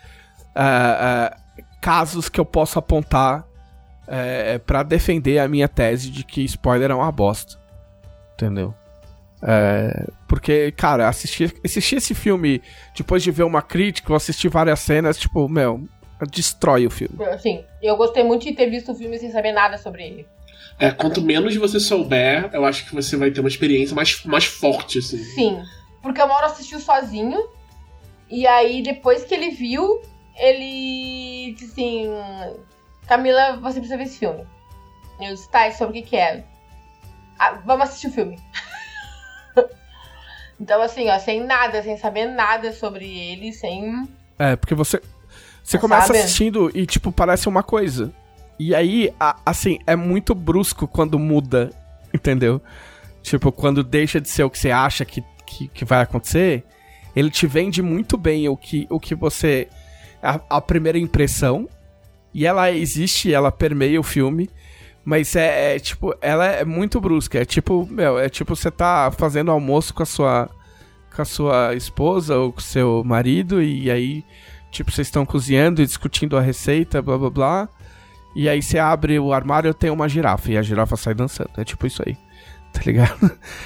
casos que eu posso apontar pra defender a minha tese de que spoiler é uma bosta. Entendeu? Porque, cara, assistir esse filme depois de ver uma crítica ou assistir várias cenas, tipo, destrói o filme. Assim, eu gostei muito de ter visto o filme sem saber nada sobre ele. Quanto menos você souber, eu acho que você vai ter uma experiência mais forte, assim. Sim, porque o Mauro assistiu sozinho, e aí depois que ele viu, ele disse assim: Camila, você precisa ver esse filme. Eu disse, tá, sobre o que é? Vamos assistir o filme. Então, assim, ó, sem saber nada sobre ele, sem... porque você começa assistindo e, tipo, parece uma coisa. E aí, assim, é muito brusco quando muda, entendeu? Tipo, quando deixa de ser o que você acha que vai acontecer, ele te vende muito bem o que você... A primeira impressão, e ela existe, ela permeia o filme, mas tipo, ela é muito brusca. É tipo, você tá fazendo almoço com a sua esposa ou com o seu marido, e aí, tipo, vocês estão cozinhando e discutindo a receita, blá blá blá. E aí você abre o armário e tem uma girafa, e a girafa sai dançando. É tipo isso aí, tá ligado?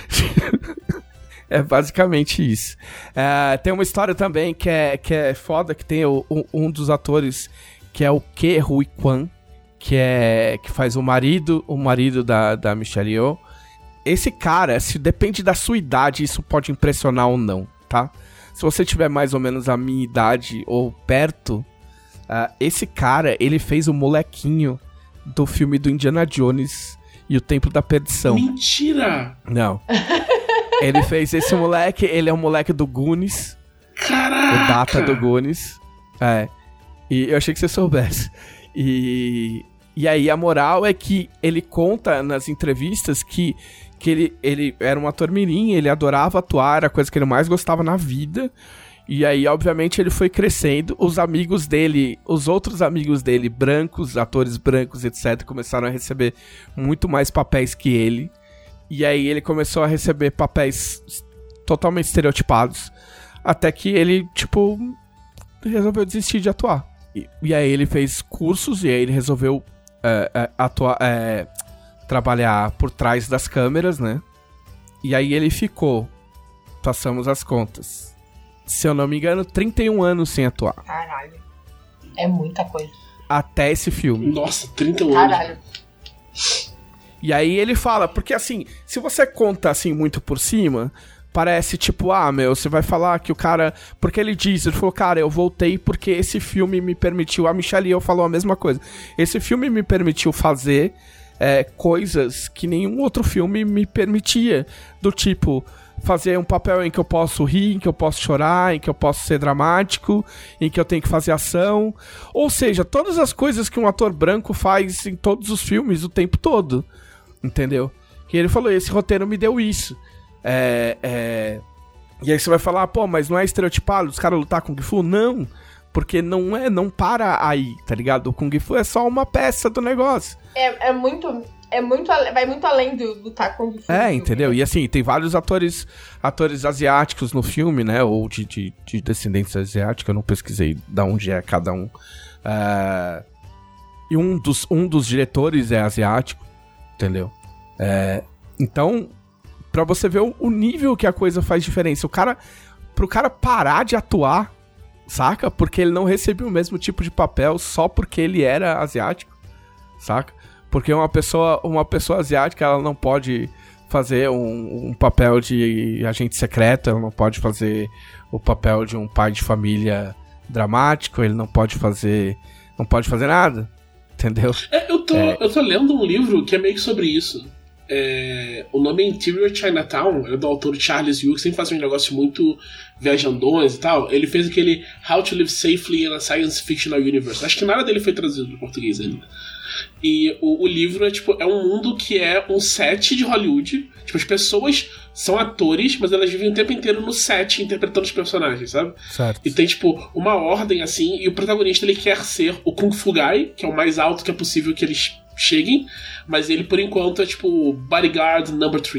É basicamente isso. Tem uma história também que é foda, que tem um dos atores, que é o Ke Huy Quan, que faz o marido da Michelle Yeoh. Esse cara, se depende da sua idade, isso pode impressionar ou não, tá? Se você tiver mais ou menos a minha idade ou perto... esse cara, ele fez o molequinho do filme do Indiana Jones e o Templo da Perdição. Mentira! Não. Ele fez esse moleque, ele é um moleque do Goonies. Caraca! O Data do Goonies. E eu achei que você soubesse. E aí a moral é que ele conta nas entrevistas que ele era um ator mirim, ele adorava atuar, era a coisa que ele mais gostava na vida. E aí, obviamente, ele foi crescendo. Os outros amigos dele, brancos, atores brancos, etc., começaram a receber muito mais papéis que ele. E aí ele começou a receber papéis totalmente estereotipados. Até que ele, tipo, resolveu desistir de atuar. E aí ele fez cursos e aí ele resolveu trabalhar por trás das câmeras, né? E aí ele ficou, passamos as contas, se eu não me engano, 31 anos sem atuar. Caralho. É muita coisa. Até esse filme. Nossa, 31 Caralho. anos. E aí ele fala, porque assim, se você conta assim muito por cima, parece tipo, você vai falar que o cara... Porque ele falou, cara, eu voltei porque esse filme me permitiu... A Michelle Yeoh falou a mesma coisa. Esse filme me permitiu fazer coisas que nenhum outro filme me permitia. Do tipo... fazer um papel em que eu posso rir, em que eu posso chorar, em que eu posso ser dramático, em que eu tenho que fazer ação. Ou seja, todas as coisas que um ator branco faz em todos os filmes o tempo todo. Entendeu? E ele falou, esse roteiro me deu isso. E aí você vai falar, mas não é estereotipado os caras lutar Kung Fu? Não, porque não para aí, tá ligado? O Kung Fu é só uma peça do negócio. Vai muito além do lutar Kung Fu. Entendeu? E assim, tem vários atores asiáticos no filme, né? Ou de descendência asiática, eu não pesquisei de onde é cada um. E um dos diretores é asiático, entendeu? Então, pra você ver o nível que a coisa faz diferença. Pro cara parar de atuar, saca? Porque ele não recebeu o mesmo tipo de papel só porque ele era asiático, saca? Porque uma pessoa asiática, ela não pode fazer um papel de agente secreto, ela não pode fazer o papel de um pai de família dramático, ele não pode fazer nada, entendeu? Eu tô lendo um livro que é meio que sobre isso. O nome é Interior Chinatown, é do autor Charles Yu, que sempre faz um negócio muito viajandões e tal. Ele fez aquele How to Live Safely in a Science Fictional Universe. Acho que nada dele foi traduzido para português ainda. E o livro é um mundo que é um set de Hollywood. Tipo, as pessoas são atores, mas elas vivem o tempo inteiro no set interpretando os personagens, sabe? Certo. E tem, tipo, uma ordem assim, e o protagonista ele quer ser o Kung Fu Guy, que é o mais alto que é possível que eles cheguem, mas ele por enquanto é tipo Bodyguard number 3.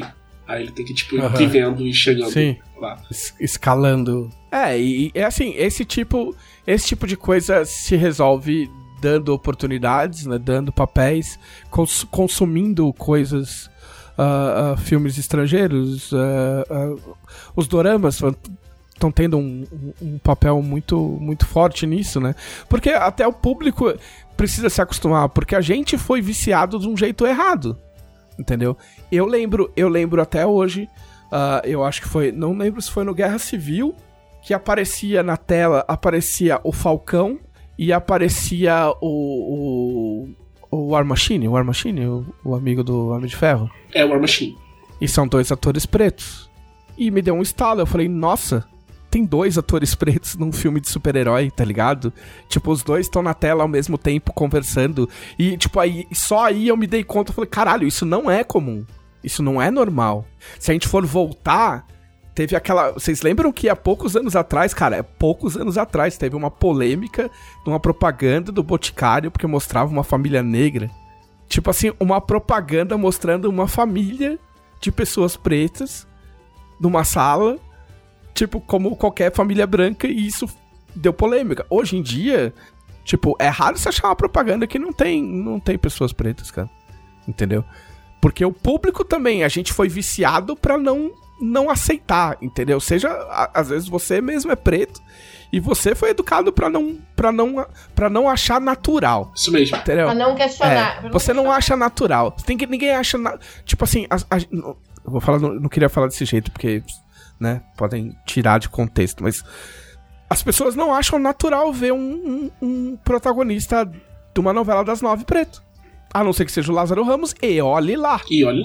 Aí ele tem que, tipo, ir vivendo e chegando lá. Escalando. E assim, esse tipo de coisa se resolve dando oportunidades, né? Dando papéis, consumindo coisas, filmes estrangeiros. Os doramas estão tendo um papel muito, muito forte nisso, né? Porque até o público precisa se acostumar, porque a gente foi viciado de um jeito errado. Entendeu? Eu lembro até hoje, eu acho que foi, não lembro se foi no Guerra Civil, que aparecia na tela, aparecia o Falcão e aparecia o War Machine, o amigo do Homem de Ferro. É o War Machine. E são 2 atores pretos. E me deu um estalo, eu falei, nossa, tem 2 atores pretos num filme de super-herói, tá ligado? Tipo, os 2 estão na tela ao mesmo tempo conversando. E, tipo, só aí eu me dei conta, eu falei, caralho, isso não é comum. Isso não é normal. Se a gente for voltar, teve aquela... Vocês lembram que há poucos anos atrás, teve uma polêmica de uma propaganda do Boticário, porque mostrava uma família negra. Tipo assim, uma propaganda mostrando uma família de pessoas pretas numa sala, tipo, como qualquer família branca, e isso deu polêmica. Hoje em dia, tipo, é raro você achar uma propaganda que não tem pessoas pretas, cara. Entendeu? Porque o público também, a gente foi viciado pra não aceitar, entendeu? Seja, às vezes você mesmo é preto e você foi educado pra não achar natural. Isso mesmo. Entendeu? Pra não questionar. Você não acha natural. Ninguém acha... Tipo assim, eu vou falar, não queria falar desse jeito, porque... né, podem tirar de contexto, mas as pessoas não acham natural ver um protagonista de uma novela das 9 preto. A não ser que seja o Lázaro Ramos, e olhe lá.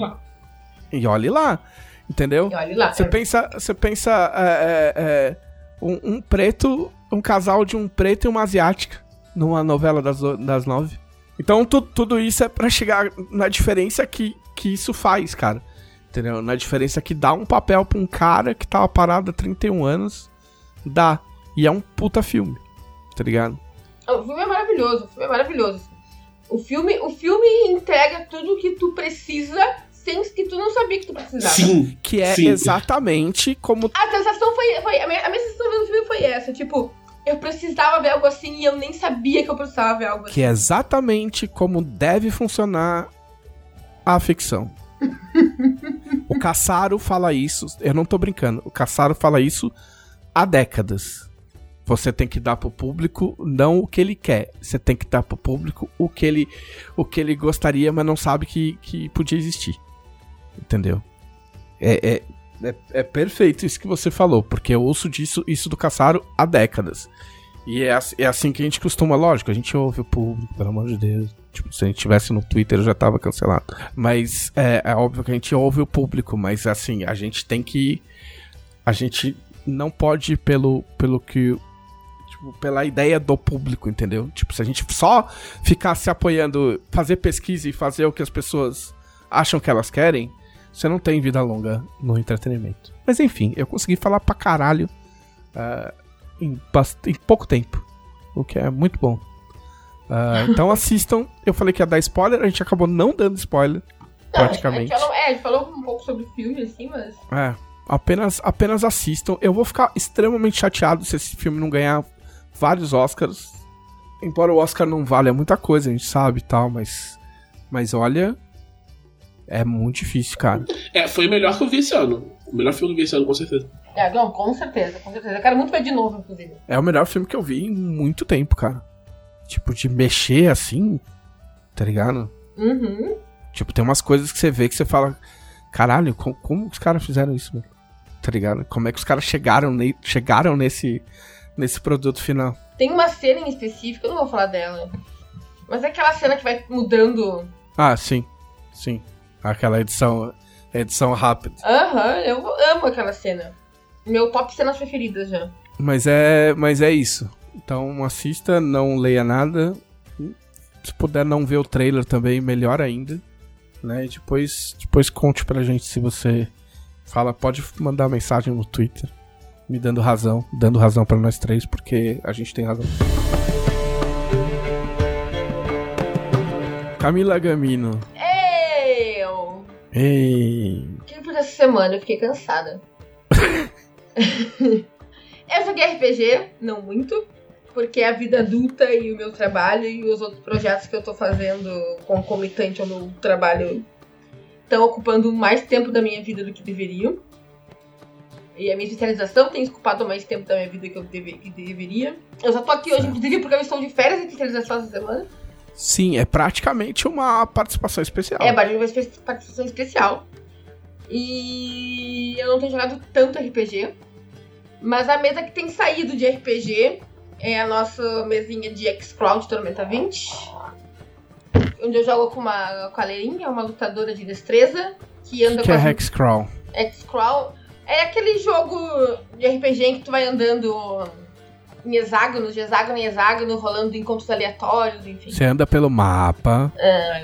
Entendeu? E olhe lá. Você pensa um preto, um casal de um preto e uma asiática numa novela das 9. Então tudo isso é pra chegar na diferença que isso faz, cara. Entendeu? Na diferença que dá um papel pra um cara que tava parado há 31 anos, dá. E é um puta filme, tá ligado? O filme é maravilhoso. O filme entrega tudo que tu precisa, sem que tu não sabia que tu precisava. Sim. Que é exatamente como... A sensação foi a minha sensação vendo o filme foi essa, tipo... Eu precisava ver algo assim e eu nem sabia que eu precisava ver algo assim. Que é exatamente como deve funcionar a ficção. O Cassaro fala isso, eu não tô brincando, o Cassaro fala isso há décadas. Você tem que dar pro público não o que ele quer, você tem que dar pro público o que ele gostaria, mas não sabe que podia existir. Entendeu? É perfeito isso que você falou, porque eu ouço isso do Cassaro há décadas. E é assim que a gente costuma, lógico, a gente ouve o público, pelo amor de Deus. Tipo, se a gente tivesse no Twitter eu já tava cancelado. Mas é óbvio que a gente ouve o público, mas assim, a gente tem que... A gente não pode ir pelo que... Tipo, pela ideia do público, entendeu? Tipo, se a gente só ficar se apoiando, fazer pesquisa e fazer o que as pessoas acham que elas querem, você não tem vida longa no entretenimento. Mas enfim, eu consegui falar pra caralho em pouco tempo, o que é muito bom. Então assistam. Eu falei que ia dar spoiler, a gente acabou não dando spoiler, praticamente. A gente falou um pouco sobre o filme, assim, mas... Apenas assistam. Eu vou ficar extremamente chateado se esse filme não ganhar vários Oscars. Embora o Oscar não valha muita coisa, a gente sabe e tal, mas olha, é muito difícil, cara. Foi melhor que eu vi esse ano. O melhor filme que eu vi esse ano, com certeza. Não, com certeza. Eu quero muito ver de novo, inclusive. É o melhor filme que eu vi em muito tempo, cara. Tipo, de mexer assim, tá ligado? Uhum. Tipo, tem umas coisas que você vê que você fala, caralho, como os caras fizeram isso, mano? Tá ligado? Como é que os caras chegaram nesse produto final? Tem uma cena em específico, eu não vou falar dela, mas é aquela cena que vai mudando. Ah, sim. Aquela edição rápida. Eu amo aquela cena. Meu top cenas preferidas já. Mas é isso. Então assista, não leia nada. Se puder não ver o trailer também, melhor ainda. Né? E depois conte pra gente se você fala. Pode mandar mensagem no Twitter, me dando razão pra nós três, porque a gente tem razão. Ei. O que eu fiz essa semana? Eu fiquei cansada. Eu joguei RPG, não muito, porque a vida adulta e o meu trabalho e os outros projetos que eu tô fazendo concomitante ao meu trabalho estão ocupando mais tempo da minha vida do que deveriam. E a minha especialização tem ocupado mais tempo da minha vida que deveria. Eu só tô aqui hoje, inclusive, porque eu estou de férias de especialização essa semana. Sim, é praticamente uma participação especial. É, praticamente uma participação especial. E eu não tenho jogado tanto RPG. Mas a mesa que tem saído de RPG é a nossa mesinha de X-Crawl de Tormenta 20. Onde eu jogo com a Leirinha, uma lutadora de destreza. Que anda que é Hexcrawl? X-Crawl é aquele jogo de RPG em que tu vai andando em hexágonos, de hexágono em hexágono, rolando encontros aleatórios, enfim. Você anda pelo mapa.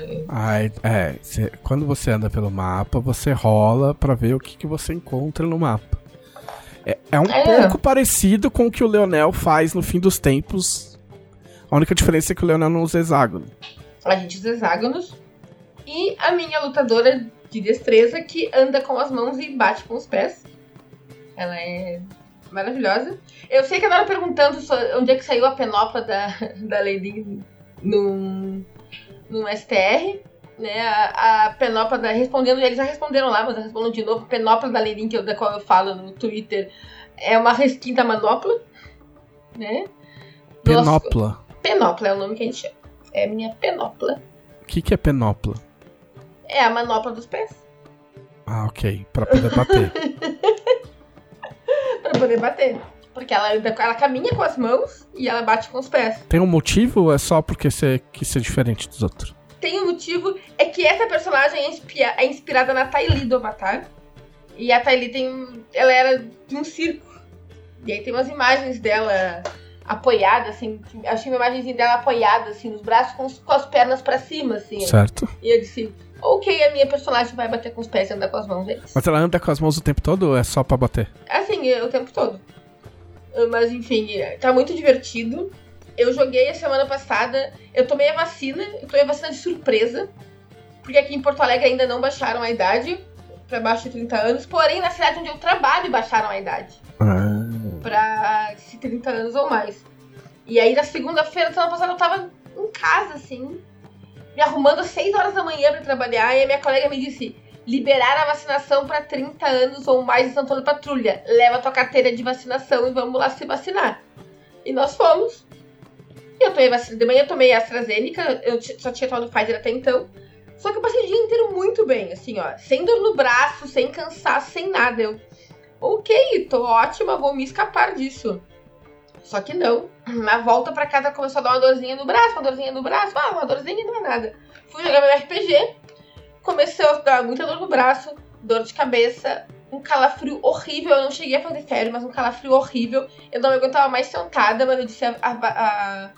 Quando você anda pelo mapa, você rola pra ver o que você encontra no mapa. É um pouco parecido com o que o Leonel faz no fim dos tempos. A única diferença é que o Leonel não usa hexágono. A gente usa hexágonos. E a minha lutadora de destreza que anda com as mãos e bate com os pés. Ela é maravilhosa. Eu sei que eu tava perguntando onde é que saiu a penopla da Lady no STR, né? A penopla respondendo, eles já responderam lá, mas eu respondo de novo. A penopla da Lady da qual eu falo no Twitter é uma reskin da manopla, né? Penopla. Penopla é o nome que a gente chama. É a minha penopla. O que é penopla? É a manopla dos pés. Ah, ok. Pra poder bater. Pra poder bater. Porque ela caminha com as mãos e ela bate com os pés. Tem um motivo ou é só porque você quis ser diferente dos outros? Tem um motivo. É que essa personagem é inspirada na Ty Lee do Avatar. E a Ty Lee ela era de um circo. E aí tem umas imagens dela apoiada, assim. Achei uma imagenzinha dela apoiada, assim, nos braços com as pernas pra cima, assim. Certo. E eu disse, ok, a minha personagem vai bater com os pés e andar com as mãos deles. Mas ela anda com as mãos o tempo todo ou é só pra bater? Assim, o tempo todo. Mas enfim, tá muito divertido. Eu joguei a semana passada, eu tomei a vacina de surpresa, porque aqui em Porto Alegre ainda não baixaram a idade pra baixo de 30 anos, porém na cidade onde eu trabalho baixaram a idade. Pra 30 anos ou mais. E aí na segunda-feira, semana passada, eu tava em casa, assim, me arrumando às 6 horas da manhã pra trabalhar, e a minha colega me disse: liberar a vacinação pra 30 anos ou mais em Santana Patrulha. Leva tua carteira de vacinação e vamos lá se vacinar. E nós fomos. Eu tomei vacina de manhã, eu tomei a AstraZeneca, eu só tinha tomado Pfizer até então. Só que eu passei o dia inteiro muito bem, assim, ó. Sem dor no braço, sem cansaço, sem nada. Eu, ok, tô ótima, vou me escapar disso. Só que não. Na volta pra casa começou a dar uma dorzinha no braço, uma dorzinha não é nada. Fui jogar meu RPG, comecei a dar muita dor no braço, dor de cabeça, um calafrio horrível. Eu não cheguei a fazer febre, mas um calafrio horrível. Eu não me aguentava mais sentada, mas eu disse, a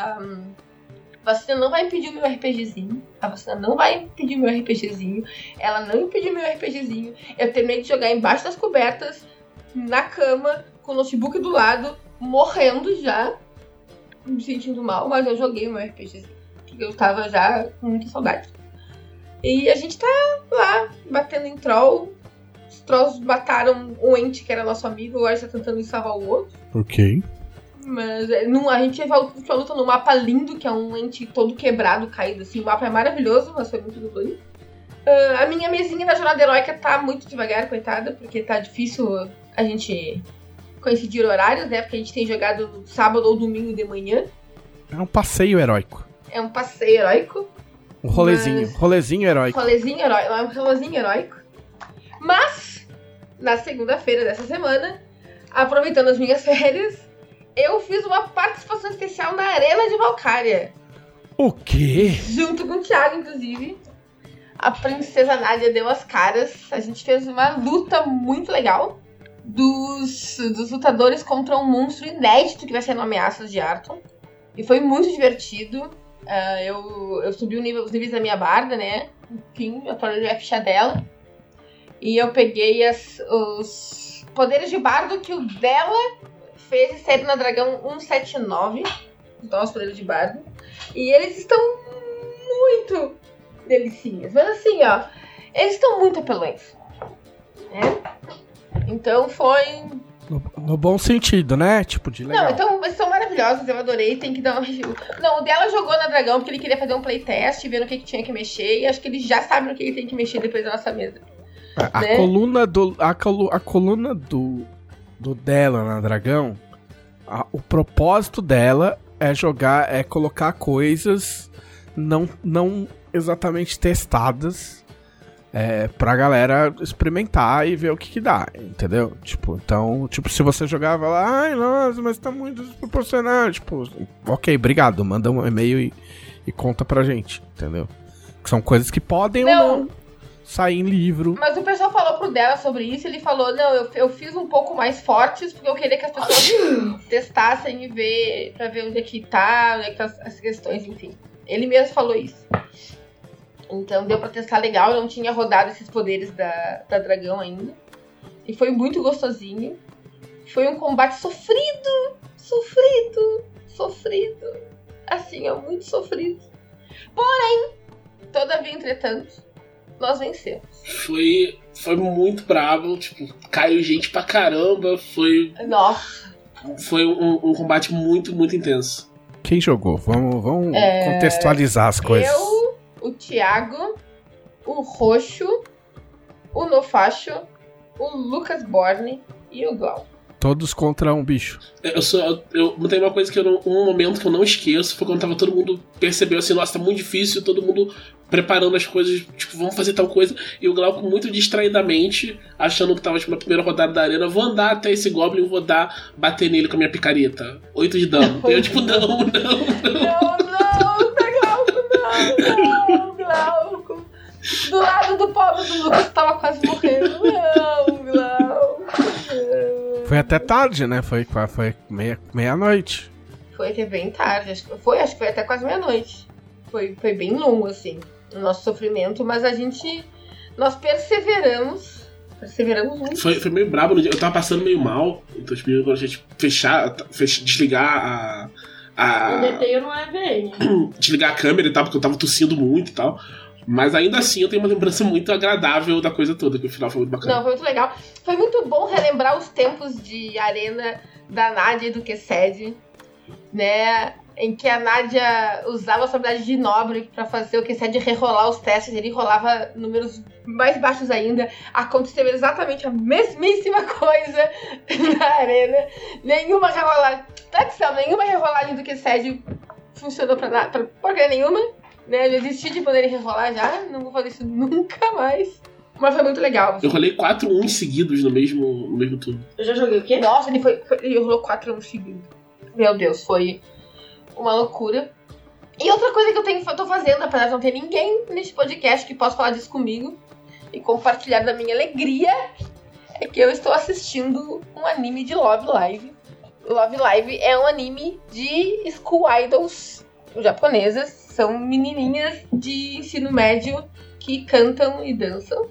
vacina não vai impedir o meu RPGzinho. A vacina não vai impedir o meu RPGzinho. Ela não impediu o meu RPGzinho. Eu terminei de jogar embaixo das cobertas, na cama, com o notebook do lado, morrendo já, me sentindo mal, mas eu joguei o meu RPGzinho, porque eu tava já com muita saudade. E a gente tá lá, batendo em troll. Os trolls mataram um ente que era nosso amigo, agora a gente tá tentando salvar o outro. Ok. Mas a gente teve uma luta no mapa lindo, que é um ente todo quebrado, caído, assim. O mapa é maravilhoso, mas foi muito dolorido. A minha mesinha da jornada heróica tá muito devagar, coitada, porque tá difícil a gente coincidir horários, né? Porque a gente tem jogado sábado ou domingo de manhã. É um passeio heróico. É um passeio heróico. Um rolezinho. Mas... rolezinho heróico. Rolezinho heróico. É um rolezinho heróico. Mas, na segunda-feira dessa semana, aproveitando as minhas férias, eu fiz uma participação especial na Arena de Valkyria. O quê? Junto com o Thiago, inclusive. A princesa Nádia deu as caras. A gente fez uma luta muito legal dos lutadores contra um monstro inédito que vai ser no Ameaças de Arton. E foi muito divertido. Eu subi os níveis da minha barda, né? Enfim, eu atualizei a ficha dela. E eu peguei os poderes de bardo que o dela fez ser na Dragão 179. Então, os poderes de bardo. E eles estão muito delicinhos. Mas assim, ó, Eles estão muito apelões, né? Então foi... No bom sentido, né? Tipo, de legal. Não, então eles são maravilhosos, eu adorei, tem que dar uma review. Não, o dela jogou na Dragão porque ele queria fazer um playtest, ver no que tinha que mexer, e acho que ele já sabe no que ele tem que mexer depois da nossa mesa. A né? coluna do dela na Dragão, o propósito dela é colocar coisas não exatamente testadas pra galera experimentar e ver o que dá, entendeu? Então, se você jogar, vai lá, ai, nossa, mas tá muito desproporcional, ok, obrigado, manda um e-mail e conta pra gente, entendeu? Que são coisas que podem ou não sair em livro. Mas o pessoal falou pro dela sobre isso, ele falou, não, eu fiz um pouco mais fortes, porque eu queria que as pessoas testassem e ver, pra ver onde é que tá, onde é que tá as questões, enfim. Ele mesmo falou isso. Então deu pra testar legal, eu não tinha rodado esses poderes da Dragão ainda. E foi muito gostosinho. Foi um combate sofrido. Assim, muito sofrido. Porém, todavia, entretanto, nós vencemos. Foi muito bravo, caiu gente pra caramba, Nossa. Foi um combate muito, muito intenso. Quem jogou? Vamos contextualizar as coisas. Eu, o Thiago, o Roxo, o Nofacho, o Lucas Borne e o Glau. Todos contra um bicho. Eu tenho uma coisa um momento que eu não esqueço, foi quando tava todo mundo percebeu assim, nossa, tá muito difícil, todo mundo preparando as coisas, vamos fazer tal coisa, e o Glauco muito distraidamente, achando que tava na primeira rodada da arena, vou andar até esse Goblin, vou bater nele com a minha picareta. 8 de dano. E eu não, Glauco. Do lado do pobre do Lucas tava quase morrendo. Não, Glauco. Foi até tarde, né? Foi meia-noite. Foi até bem tarde, acho que foi até quase meia-noite. Foi bem longo, assim, o nosso sofrimento, mas nós perseveramos muito. Foi meio brabo no dia, eu tava passando meio mal, então quando a gente desligar O deteio não é bem. Desligar a câmera e tal, porque eu tava tossindo muito e tal. Mas ainda assim eu tenho uma lembrança muito agradável da coisa toda, que o final foi muito bacana. Não, foi muito legal. Foi muito bom relembrar os tempos de arena da Nádia e do Kessed, né? Em que a Nádia usava a sua habilidade de nobre pra fazer o Kessed rerolar os testes, ele rolava números mais baixos ainda. Aconteceu exatamente a mesmíssima coisa na arena. Nenhuma rerolagem do Kessed funcionou pra porcaria nenhuma. Né? Eu desisti de poder rerolar já, não vou fazer isso nunca mais. Mas foi muito legal. Eu rolei 4 1 seguidos no mesmo turno. Eu já joguei o quê? Nossa, ele rolou 4 1 seguidos. Meu Deus, foi uma loucura. E outra coisa que eu tô fazendo, apesar de não ter ninguém nesse podcast que possa falar disso comigo e compartilhar da minha alegria, é que eu estou assistindo um anime de Love Live. Love Live é um anime de school idols japonesas. São menininhas de ensino médio que cantam e dançam.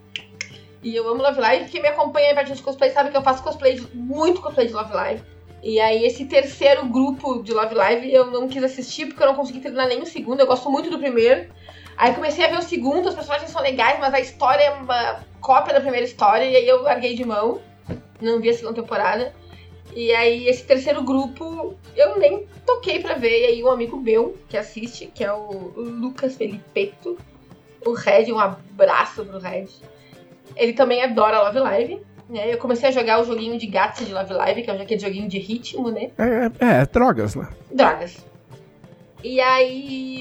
E eu amo Love Live. Quem me acompanha em parte de cosplay sabe que eu faço muito cosplay de Love Live. E aí esse terceiro grupo de Love Live eu não quis assistir porque eu não consegui terminar nem o segundo. Eu gosto muito do primeiro. Aí comecei a ver o segundo, os personagens são legais, mas a história é uma cópia da primeira história. E aí eu larguei de mão. Não vi a segunda temporada. E aí esse terceiro grupo eu nem toquei pra ver. E aí um amigo meu que assiste, que é o Lucas Felipeto, o Red, um abraço pro Red. Ele também adora Love Live, né? Eu comecei a jogar o joguinho de gatos de Love Live, que é aquele joguinho de ritmo, né? Drogas, né? Drogas. E aí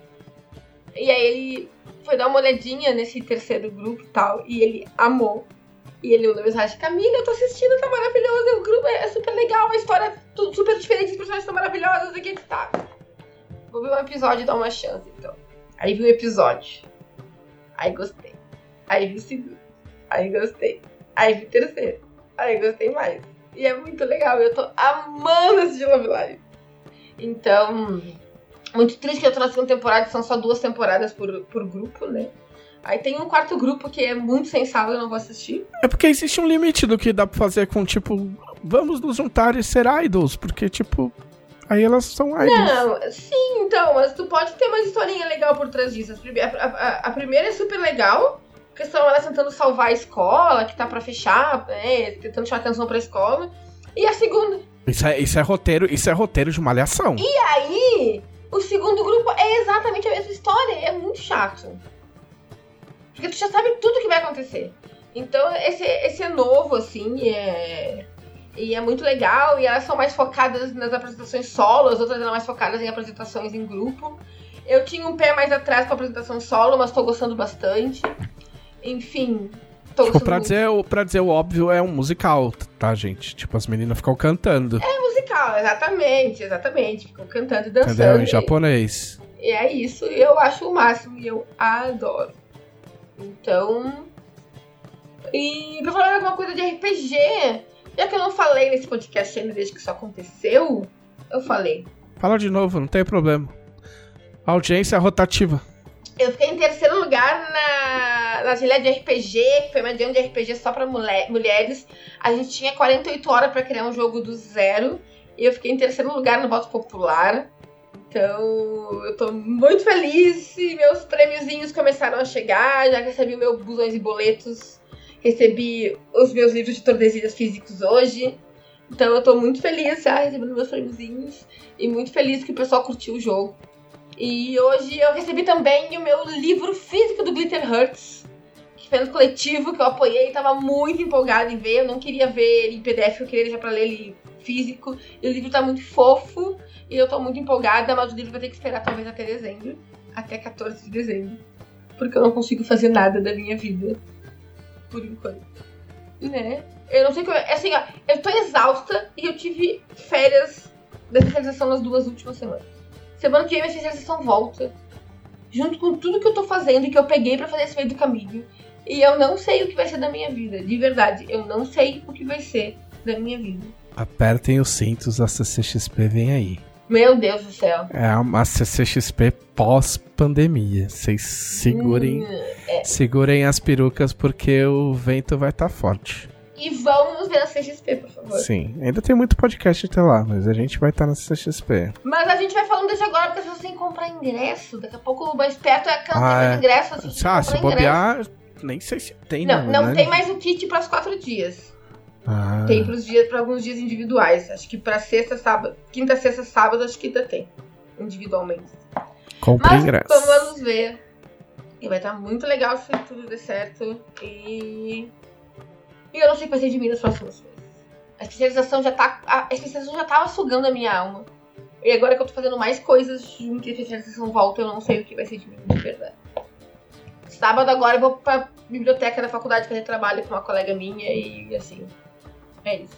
ele foi dar uma olhadinha nesse terceiro grupo e tal, e ele amou. E ele mandou mensagem: Camila, eu tô assistindo, tá maravilhoso, o grupo é super legal, a história é tudo super diferente, os personagens são maravilhosos, aqui que tá. Vou ver um episódio e dar uma chance, então. Aí vi o episódio. Aí gostei. Aí vi o segundo. Aí gostei. Aí vi o terceiro. Aí gostei mais. E é muito legal, eu tô amando assistir Love Live. Então, muito triste que eu tô na segunda temporada, são só 2 temporadas por grupo, né? Aí tem um quarto grupo que é muito sem sal, eu não vou assistir. É porque existe um limite do que dá pra fazer com, vamos nos juntar e ser idols, porque, aí elas são idols. Não, sim, então, mas tu pode ter uma historinha legal por trás disso. A primeira é super legal, Porque são elas tentando salvar a escola, que tá pra fechar, tentando chamar atenção pra escola. E a segunda. Isso é roteiro de Malhação. E aí, o segundo grupo é exatamente a mesma história. É muito chato. Porque tu já sabe tudo que vai acontecer. Então, esse é novo, assim, e é muito legal. E elas são mais focadas nas apresentações solo, as outras eram mais focadas em apresentações em grupo. Eu tinha um pé mais atrás com a apresentação solo, mas tô gostando bastante. Enfim, tô gostando muito. Pra dizer o óbvio, é um musical, tá, gente? Tipo, as meninas ficam cantando. É musical, exatamente. Ficam cantando e dançando. Entendeu? Em japonês. E é isso, e eu acho o máximo, e eu adoro. Então... E pra falar alguma coisa de RPG, já que eu não falei nesse podcast ainda desde que isso aconteceu, eu falei. Fala de novo, não tem problema. Audiência rotativa. Eu fiquei em terceiro lugar na Gilha de RPG, que foi uma jam de RPG só pra mulheres. A gente tinha 48 horas pra criar um jogo do zero. E eu fiquei em terceiro lugar no voto popular. Então, eu tô muito feliz. E meus prêmiozinhos começaram a chegar. Já recebi meus busões e boletos. Recebi os meus livros de Tordesilhas físicos hoje. Então, eu tô muito feliz já recebendo meus prêmiozinhos. E muito feliz que o pessoal curtiu o jogo. E hoje eu recebi também o meu livro físico do Glitter Hurts, que foi no coletivo, que eu apoiei, tava muito empolgada em ver. Eu não queria ver ele em PDF, eu queria já pra ler ele físico. E o livro tá muito fofo, e eu tô muito empolgada, mas o livro vai ter que esperar talvez até dezembro, até 14 de dezembro, porque eu não consigo fazer nada da minha vida, por enquanto, né? Eu não sei como... Assim, ó, eu tô exausta e eu tive férias da especialização nas 2 últimas semanas. Semana que vem minha especialização volta, junto com tudo que eu tô fazendo e que eu peguei pra fazer esse meio do caminho. E eu não sei o que vai ser da minha vida, de verdade. Eu não sei o que vai ser da minha vida. Apertem os cintos, a CCXP vem aí. Meu Deus do céu. É uma CCXP pós-pandemia. Vocês segurem as perucas porque o vento vai estar forte. E vão nos ver na CXP, por favor. Sim, ainda tem muito podcast até lá, mas a gente vai estar na CXP. Mas a gente vai falando desde agora, porque as pessoas têm que comprar ingresso. Daqui a pouco o mais perto é cantar ingresso. Se bobear, nem sei se tem. Não tem mais o kit para os 4 dias. Tem para alguns dias individuais. Acho que para sexta, sábado, quinta, sexta, sábado, acho que ainda tem. Individualmente. Compre ingresso. Mas vamos ver. E vai estar muito legal se tudo der certo. E eu não sei o que vai ser de mim nas próximas vezes. A especialização já tava sugando a minha alma. E agora que eu tô fazendo mais coisas junto e a especialização volta, eu não sei o que vai ser de mim de verdade. Sábado agora eu vou pra biblioteca da faculdade fazer trabalho com uma colega minha e assim, é isso.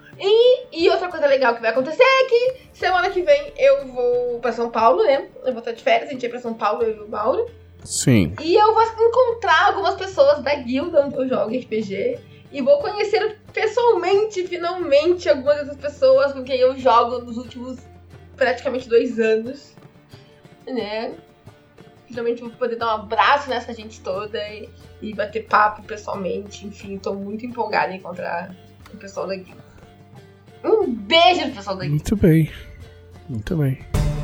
E outra coisa legal que vai acontecer é que semana que vem eu vou pra São Paulo, né? Eu vou estar de férias, a gente vai pra São Paulo, eu e o Mauro. Sim. E eu vou encontrar algumas pessoas da guilda onde eu jogo RPG. E vou conhecer pessoalmente, finalmente, algumas dessas pessoas com quem eu jogo nos últimos praticamente 2 anos, né? Finalmente vou poder dar um abraço nessa gente toda e bater papo pessoalmente. Enfim, tô muito empolgada em encontrar o pessoal da guilda. Um beijo pro pessoal da guilda. Muito bem. Muito bem.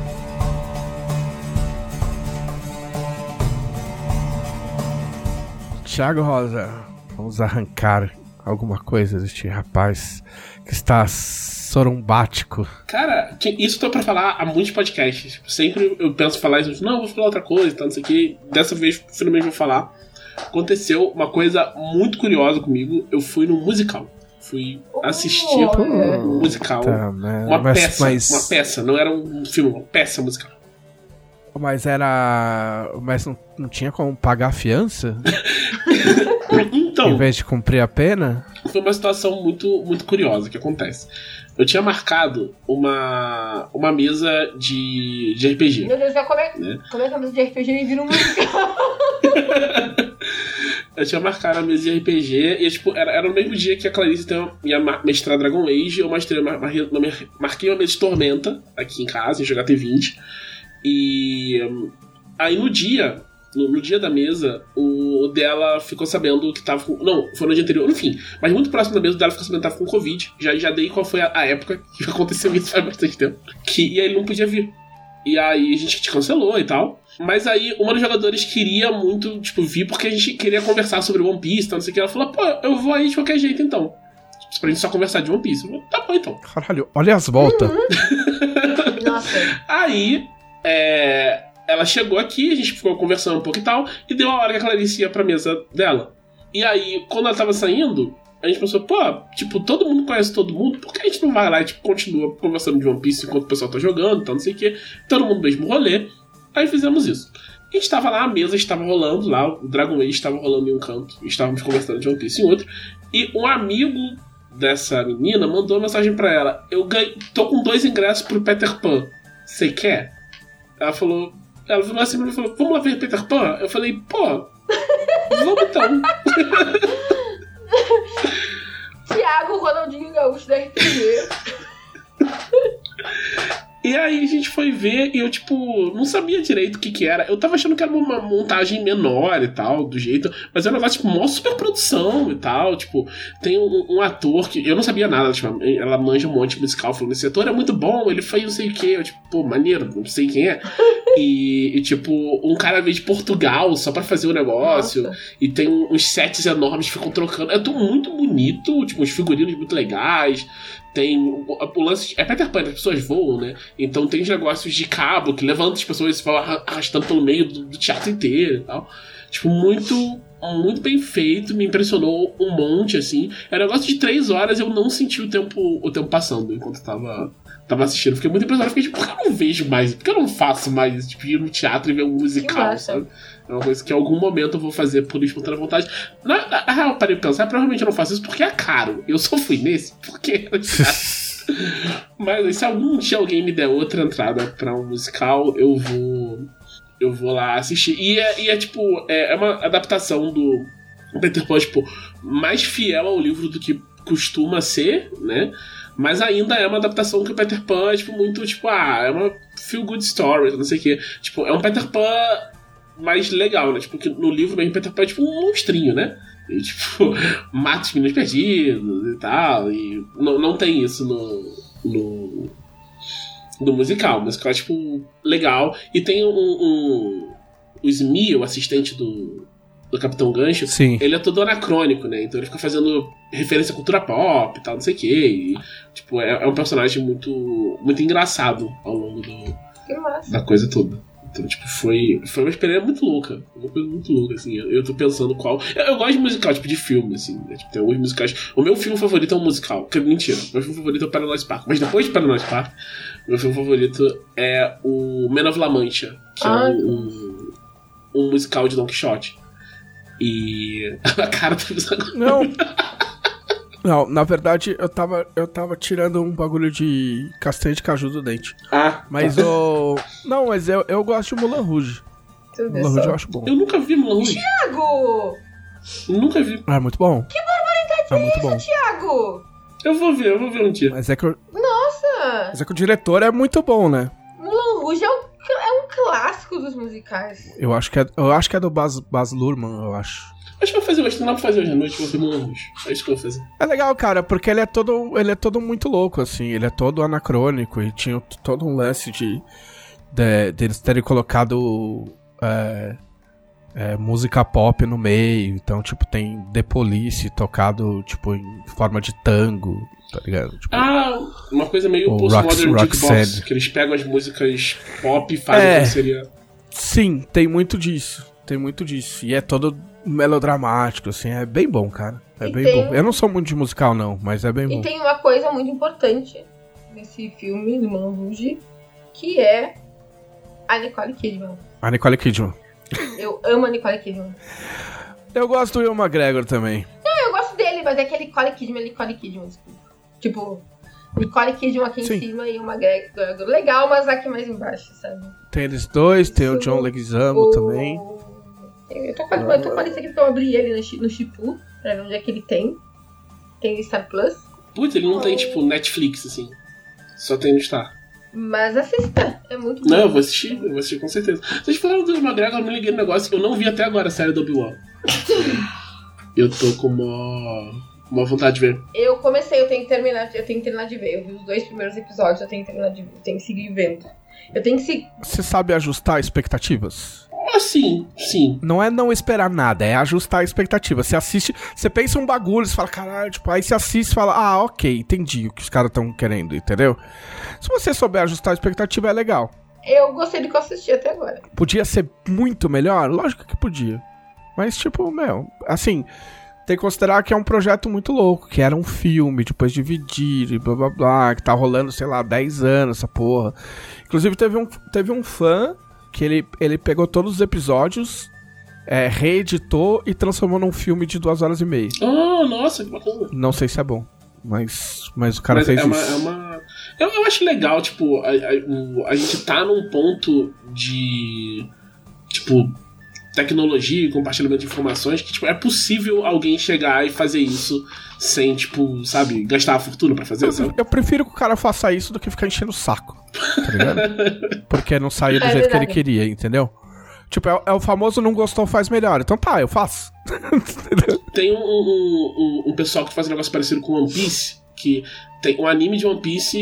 Thiago Rosa, vamos arrancar alguma coisa deste rapaz que está sorumbático. Cara, isso tô pra falar há muitos podcasts. Sempre eu penso em falar isso, não, vou falar outra coisa e tal, não sei o que. Dessa vez, finalmente vou falar. Aconteceu uma coisa muito curiosa comigo. Eu fui num musical. Fui assistir um musical. Tá, uma peça, não era um filme, uma peça musical. Mas não tinha como pagar a fiança? Então, em vez de cumprir a pena? Foi uma situação muito, muito curiosa que acontece. Eu tinha marcado uma mesa de RPG. Meu Deus, vai comer a mesa de RPG e vira um musical. Eu tinha marcado a mesa de RPG e tipo, era no mesmo dia que a Clarice ia mestrar Dragon Age. Eu marquei uma mesa de Tormenta aqui em casa, em jogar T20. E aí no dia da mesa, o dela ficou sabendo que tava com... Não, foi no dia anterior, enfim. Mas muito próximo da mesa, o dela ficou sabendo que tava com Covid. Já dei qual foi a época que aconteceu isso faz bastante tempo. E aí ele não podia vir. E aí a gente cancelou e tal. Mas aí uma dos jogadores queria muito, tipo, vir porque a gente queria conversar sobre One Piece, tá, não sei o que. Ela falou, pô, eu vou aí de qualquer jeito então. Tipo, pra gente só conversar de One Piece. Eu falei, tá bom então. Caralho, olha as voltas. Nossa. Aí, ela chegou aqui, a gente ficou conversando um pouco e tal, e deu a hora que a Clarice ia pra mesa dela. E aí, quando ela tava saindo, a gente pensou, pô, tipo, todo mundo conhece todo mundo, por que a gente não vai lá e, tipo, continua conversando de One Piece enquanto o pessoal tá jogando e tal, não sei o que, todo mundo no mesmo rolê. Aí fizemos isso. A gente tava lá, a mesa estava rolando lá, o Dragon Age estava rolando em um canto, estávamos conversando de One Piece em outro, e um amigo dessa menina mandou uma mensagem pra ela, tô com 2 ingressos pro Peter Pan, você quer? Ela falou assim pra mim, vamos lá ver Peter Pan? Eu falei, pô, vamos então. Thiago Ronaldinho Gaúcho da RPG. E aí a gente foi ver e eu, tipo, não sabia direito o que era. Eu tava achando que era uma montagem menor e tal, do jeito. Mas era um negócio, tipo, mó super produção e tal. Tipo, tem um ator que... Eu não sabia nada, tipo, ela manja um monte de musical. Falando, esse ator é muito bom, ele foi não sei o quê. Eu, tipo, pô, maneiro, não sei quem é. E tipo, um cara veio de Portugal só pra fazer o negócio. Nossa. E tem uns sets enormes que ficam trocando. É tudo muito bonito, tipo, uns figurinos muito legais. Tem o lance... É Peter Pan, as pessoas voam, né? Então tem os negócios de cabo que levantam as pessoas e vão arrastando pelo meio do teatro inteiro e tal. Tipo, muito bem feito. Me impressionou um monte, assim. É um negócio de 3 horas e eu não senti o tempo passando enquanto eu tava assistindo. Fiquei muito impressionado. Fiquei tipo, por que eu não vejo mais? Por que eu não faço mais? Tipo, ir no teatro e ver um musical, sabe? É uma coisa que em algum momento eu vou fazer por espontânea vontade. Na real, eu parei de pensar, provavelmente eu não faço isso porque é caro. Eu só fui nesse porque era caro. Mas se algum dia alguém me der outra entrada pra um musical, eu vou lá assistir. E é tipo, é uma adaptação do Peter Pan, tipo, mais fiel ao livro do que costuma ser, né? Mas ainda é uma adaptação que o Peter Pan é, tipo, muito, tipo, é uma feel-good story, não sei o quê. Tipo, é um Peter Pan mais legal, né? Tipo, que no livro mesmo, Peter Pan é tipo um monstrinho, né? E, tipo, mata os meninos perdidos e tal. E não tem isso no musical. O musical é, tipo, legal. E tem o Smee, o assistente do Capitão Gancho. Sim. Ele é todo anacrônico, né? Então ele fica fazendo referência à cultura pop e tal, não sei o quê. E, tipo, é um personagem muito, muito engraçado ao longo da coisa toda. Então, tipo, foi uma experiência muito louca. Uma coisa muito louca, assim. Eu tô pensando qual... Eu gosto de musical, tipo, de filme, assim. Né? Tipo, tem alguns musicais... O meu filme favorito é um musical. Mentira. O meu filme favorito é o Paranoid Park. Mas depois de Paranoid Park, meu filme favorito é o Man of La Mancha. Que é um musical de Don Quixote. E... A cara tá pensando... Não, na verdade, eu tava tirando um bagulho de castanha de caju do dente. Mas Não, mas eu gosto de Moulin Rouge. Moulin Rouge eu acho bom. Eu nunca vi Moulin Rouge. Thiago! Nunca vi. É muito bom. Que barbaridade é muito isso, Thiago? Eu vou ver um dia. Mas é que Nossa! Mas é que o diretor é muito bom, né? Moulin Rouge é um clássico dos musicais. Eu acho que é do Baz Luhrmann, eu acho. Acho que eu vou fazer hoje, não dá pra fazer hoje à noite, vou ver Moulin Rouge. É isso que eu vou fazer. É legal, cara, porque ele é todo muito louco, assim. Ele é todo anacrônico e tinha todo um lance de eles terem colocado música pop no meio. Então, tipo, tem The Police tocado, tipo, em forma de tango, tá ligado? Tipo, uma coisa meio postmodern jukebox, que eles pegam as músicas pop e fazem como seria... Sim, tem muito disso. E é todo melodramático, assim, é bem bom, cara. É bem bom. Eu não sou muito de musical, não, mas é bem bom. E tem uma coisa muito importante nesse filme do Moulin Rouge, que é a Nicole Kidman. Eu amo a Nicole Kidman. Eu gosto do Ian McGregor também. Não, eu gosto dele, mas é que a Nicole Kidman, desculpa. Tipo, Nicole Kidman aqui em cima e o McGregor legal, mas aqui mais embaixo, sabe? Tem eles dois, tem o John Leguizamo também. Eu tô com a lista aqui porque eu abri ele no Shipu, pra ver onde é que ele tem. Tem no Star Plus. Putz, ele não tem, tipo, Netflix, assim. Só tem no Star. Mas assista, é muito bom. Não, eu vou assistir com certeza. Vocês falaram do McGregor, eu não liguei no negócio que eu não vi até agora a série do Obi-Wan. Eu tô com uma vontade de ver. Eu comecei, eu tenho que terminar de ver. Eu vi os 2 primeiros episódios, eu tenho que terminar de ver. Eu tenho que seguir vendo. Eu tenho que seguir. Você sabe ajustar expectativas? Sim. Não é não esperar nada, é ajustar a expectativa. Você assiste, você pensa um bagulho, você fala, caralho, tipo, aí você assiste e fala, ok, entendi o que os caras estão querendo, entendeu? Se você souber ajustar a expectativa, é legal. Eu gostei do que eu assisti até agora. Podia ser muito melhor? Lógico que podia. Mas, tipo, assim, tem que considerar que é um projeto muito louco, que era um filme, depois dividir e blá blá blá, que tá rolando, sei lá, 10 anos essa porra. Inclusive, teve um fã que ele pegou todos os episódios, reeditou e transformou num filme de 2h30. Oh, nossa, que bacana. Não sei se é bom, mas o cara fez isso. Eu acho legal, tipo, a gente tá num ponto de, tipo, tecnologia e compartilhamento de informações que, tipo, é possível alguém chegar e fazer isso sem, tipo, sabe, gastar a fortuna pra fazer, sabe? Eu prefiro que o cara faça isso do que ficar enchendo o saco, tá ligado? Porque não saiu do jeito que ele queria, entendeu? Tipo, é o famoso não gostou, faz melhor. Então tá, eu faço. Tem um pessoal que faz um negócio parecido com One Piece, que tem um anime de One Piece,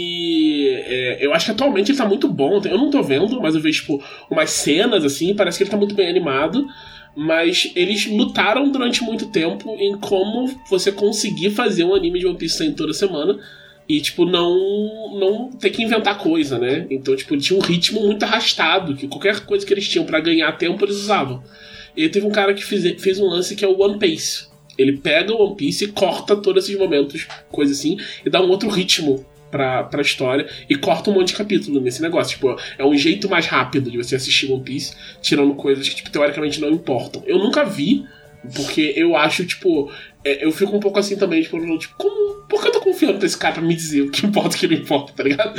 ele... eu acho que atualmente ele tá muito bom. Eu não tô vendo, mas eu vejo, tipo, umas cenas, assim, parece que ele tá muito bem animado. Mas eles lutaram durante muito tempo em como você conseguir fazer um anime de One Piece saindo toda semana e, tipo, não ter que inventar coisa, né? Então, tipo, tinha um ritmo muito arrastado, que qualquer coisa que eles tinham pra ganhar tempo, eles usavam. E aí teve um cara que fez um lance que é o One Piece. Ele pega o One Piece e corta todos esses momentos, coisa assim, e dá um outro ritmo pra história e corta um monte de capítulo nesse negócio. Tipo, é um jeito mais rápido de você assistir One Piece, tirando coisas que, tipo, teoricamente não importam. Eu nunca vi, porque eu acho, tipo... eu fico um pouco assim também, tipo, por que eu tô confiando nesse cara pra me dizer o que importa e o que não importa, tá ligado?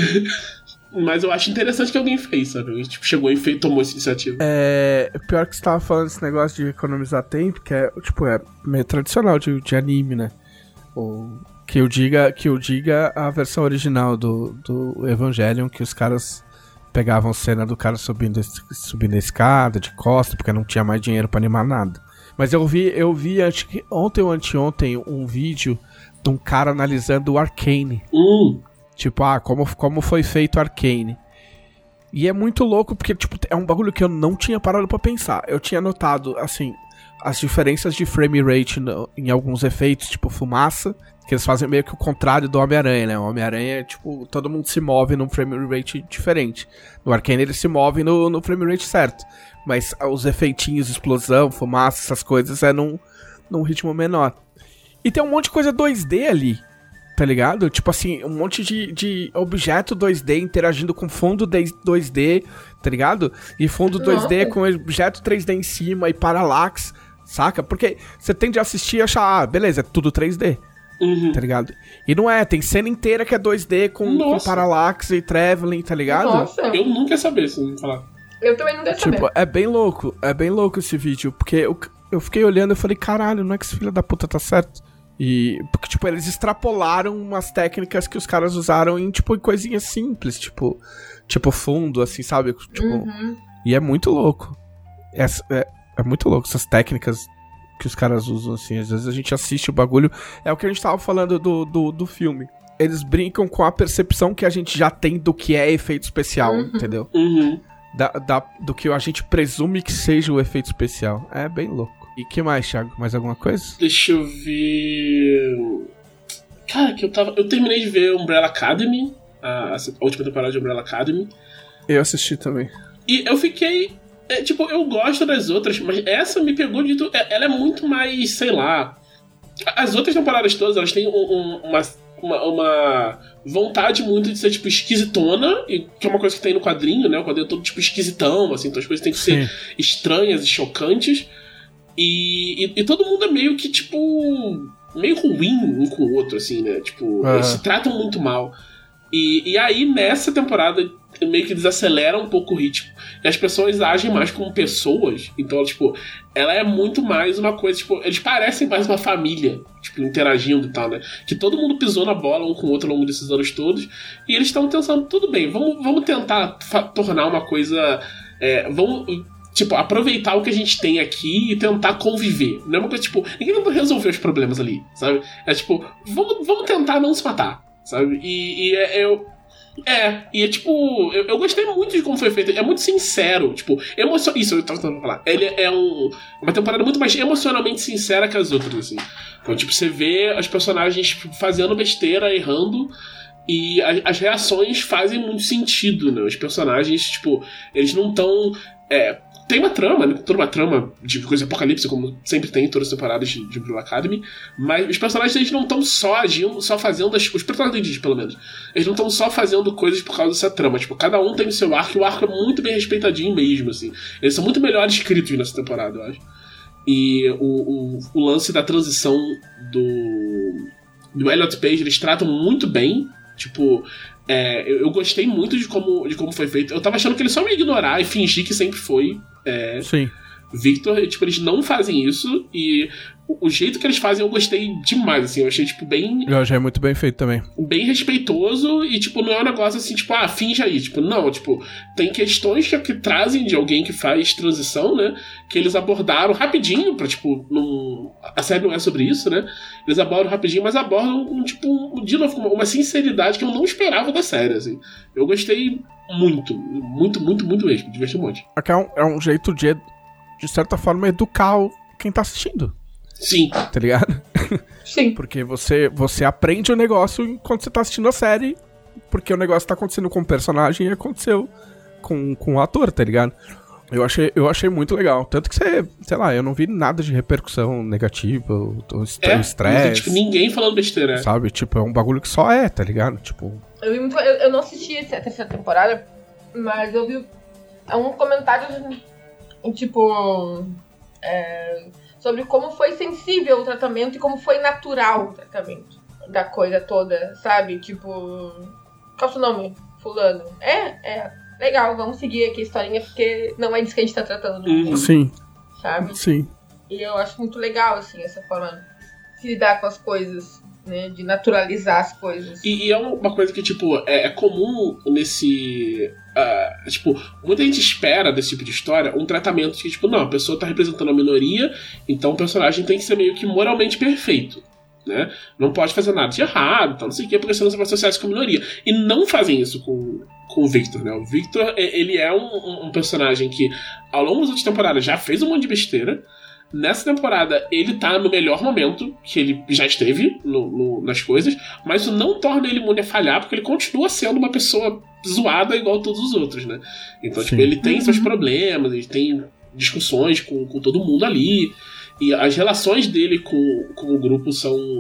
Mas eu acho interessante que alguém fez, sabe? Ele, tipo, chegou e tomou essa iniciativa. Pior que você tava falando desse negócio de economizar tempo, que é meio tradicional de anime, né? Que eu diga a versão original do Evangelion, que os caras pegavam cena do cara subindo a escada de costa, porque não tinha mais dinheiro pra animar nada. Mas eu vi ontem ou anteontem um vídeo de um cara analisando o Arcane. Tipo, como foi feito Arcane. E é muito louco, porque, tipo, é um bagulho que eu não tinha parado pra pensar. Eu tinha notado, assim, as diferenças de frame rate em alguns efeitos, tipo fumaça, que eles fazem meio que o contrário do Homem-Aranha, né? O Homem-Aranha, tipo, todo mundo se move num frame rate diferente. No Arcane eles se movem no frame rate certo. Mas os efeitinhos, explosão, fumaça, essas coisas é num ritmo menor. E tem um monte de coisa 2D ali, tá ligado? Tipo assim, um monte de objeto 2D interagindo com fundo 2D, tá ligado? E fundo 2D com objeto 3D em cima e parallax, saca? Porque você tende a assistir e achar, beleza, é tudo 3D. Tá ligado? E não é, tem cena inteira que é 2D com parallax e traveling, tá ligado? Nossa. Eu nunca ia saber, se não falar. Eu também não ia saber. Tipo, é bem louco esse vídeo, porque eu fiquei olhando e falei, caralho, não é que esse filho da puta tá certo? E, porque, tipo, eles extrapolaram umas técnicas que os caras usaram em, tipo, coisinhas simples, tipo fundo, assim, sabe? Tipo, e é muito louco. É muito louco essas técnicas que os caras usam, assim. Às vezes a gente assiste o bagulho. É o que a gente tava falando do filme. Eles brincam com a percepção que a gente já tem do que é efeito especial, entendeu? Do que a gente presume que seja o efeito especial. É bem louco. E que mais, Thiago? Mais alguma coisa? Deixa eu ver... Cara, eu terminei de ver Umbrella Academy, a última temporada de Umbrella Academy. Eu assisti também. E eu fiquei... tipo, eu gosto das outras, mas essa me pegou de tudo. Ela é muito mais, sei lá... As outras temporadas todas, elas têm uma vontade muito de ser, tipo, esquisitona, que é uma coisa que tem no quadrinho, né? O quadrinho é todo, tipo, esquisitão, assim, então as coisas têm que ser estranhas e chocantes. E todo mundo é meio que, tipo, meio ruim um com o outro, assim, né? Tipo, eles se tratam muito mal. E aí, nessa temporada, meio que desacelera um pouco o ritmo. E as pessoas agem mais como pessoas. Então, tipo, ela é muito mais uma coisa, tipo, eles parecem mais uma família, tipo, interagindo e tal, né? Que todo mundo pisou na bola um com o outro ao longo desses anos todos. E eles estão pensando, tudo bem, vamos tentar tornar uma coisa... tipo, aproveitar o que a gente tem aqui e tentar conviver. Não é uma coisa, tipo, ninguém tenta resolver os problemas ali, sabe? É tipo, vamos tentar não se matar, sabe? E é tipo, eu gostei muito de como foi feito. É muito sincero, tipo, isso eu tava tentando falar. Ele é uma temporada muito mais emocionalmente sincera que as outras, assim. Então, tipo, você vê os personagens fazendo besteira, errando, e as reações fazem muito sentido, né? Os personagens, tipo, eles não estão. Tem uma trama, né? Toda uma trama de coisa apocalipse, como sempre tem em todas as temporadas de Umbrella Academy, mas os personagens, eles não estão só agindo, só fazendo os personagens, pelo menos, eles não estão só fazendo coisas por causa dessa trama, tipo, cada um tem o seu arco, e o arco é muito bem respeitadinho mesmo, assim. Eles são muito melhor escritos nessa temporada, eu acho. E o lance da transição do Elliot Page, eles tratam muito bem, tipo... eu gostei muito de como foi feito. Eu tava achando que eles só iam ignorar e fingir que sempre foi Sim. Victor, tipo, eles não fazem isso, e o jeito que eles fazem eu gostei demais, assim, eu achei, tipo, bem... Eu achei muito bem feito também. Bem respeitoso, e, tipo, não é um negócio assim, tipo, finge aí, tipo, não, tipo, tem questões que trazem de alguém que faz transição, né, que eles abordaram rapidinho, pra, tipo, a série não é sobre isso, né, eles abordam rapidinho, mas abordam, de novo, com uma sinceridade que eu não esperava da série, assim. Eu gostei muito, muito, muito, muito mesmo, me diverti um monte. Aqui é um jeito de certa forma, educar quem tá assistindo. Sim. Tá ligado? Sim. Porque você aprende o negócio enquanto você tá assistindo a série, porque o negócio tá acontecendo com o personagem e aconteceu com o ator, tá ligado? Eu achei muito legal. Tanto que sei lá, eu não vi nada de repercussão negativa, ou estresse. Tipo, ninguém falando besteira. Sabe? Tipo, é um bagulho que só tá ligado? Tipo... Eu não assisti a terceira temporada, mas eu vi um comentário, tipo... sobre como foi sensível o tratamento e como foi natural o tratamento da coisa toda, sabe? Tipo... Qual é o seu nome? Fulano. Legal, vamos seguir aqui a historinha, porque não é disso que a gente tá tratando. Sim. Sabe? Sim. E eu acho muito legal, assim, essa forma de lidar com as coisas, né? De naturalizar as coisas. E é uma coisa que, tipo, é comum nesse... tipo, muita gente espera desse tipo de história um tratamento que, tipo, não, a pessoa tá representando a minoria, então o personagem tem que ser meio que moralmente perfeito, né? Não pode fazer nada de errado, então não sei o que, porque senão você vai associar isso com a minoria. E não fazem isso com o Victor, né? O Victor, ele é um personagem que, ao longo das outras temporadas, já fez um monte de besteira. Nessa temporada, ele tá no melhor momento que ele já esteve nas coisas, mas isso não torna ele imune a falhar, porque ele continua sendo uma pessoa zoada igual todos os outros, né? Então, tipo, ele tem seus problemas, ele tem discussões com todo mundo ali, e as relações dele com o grupo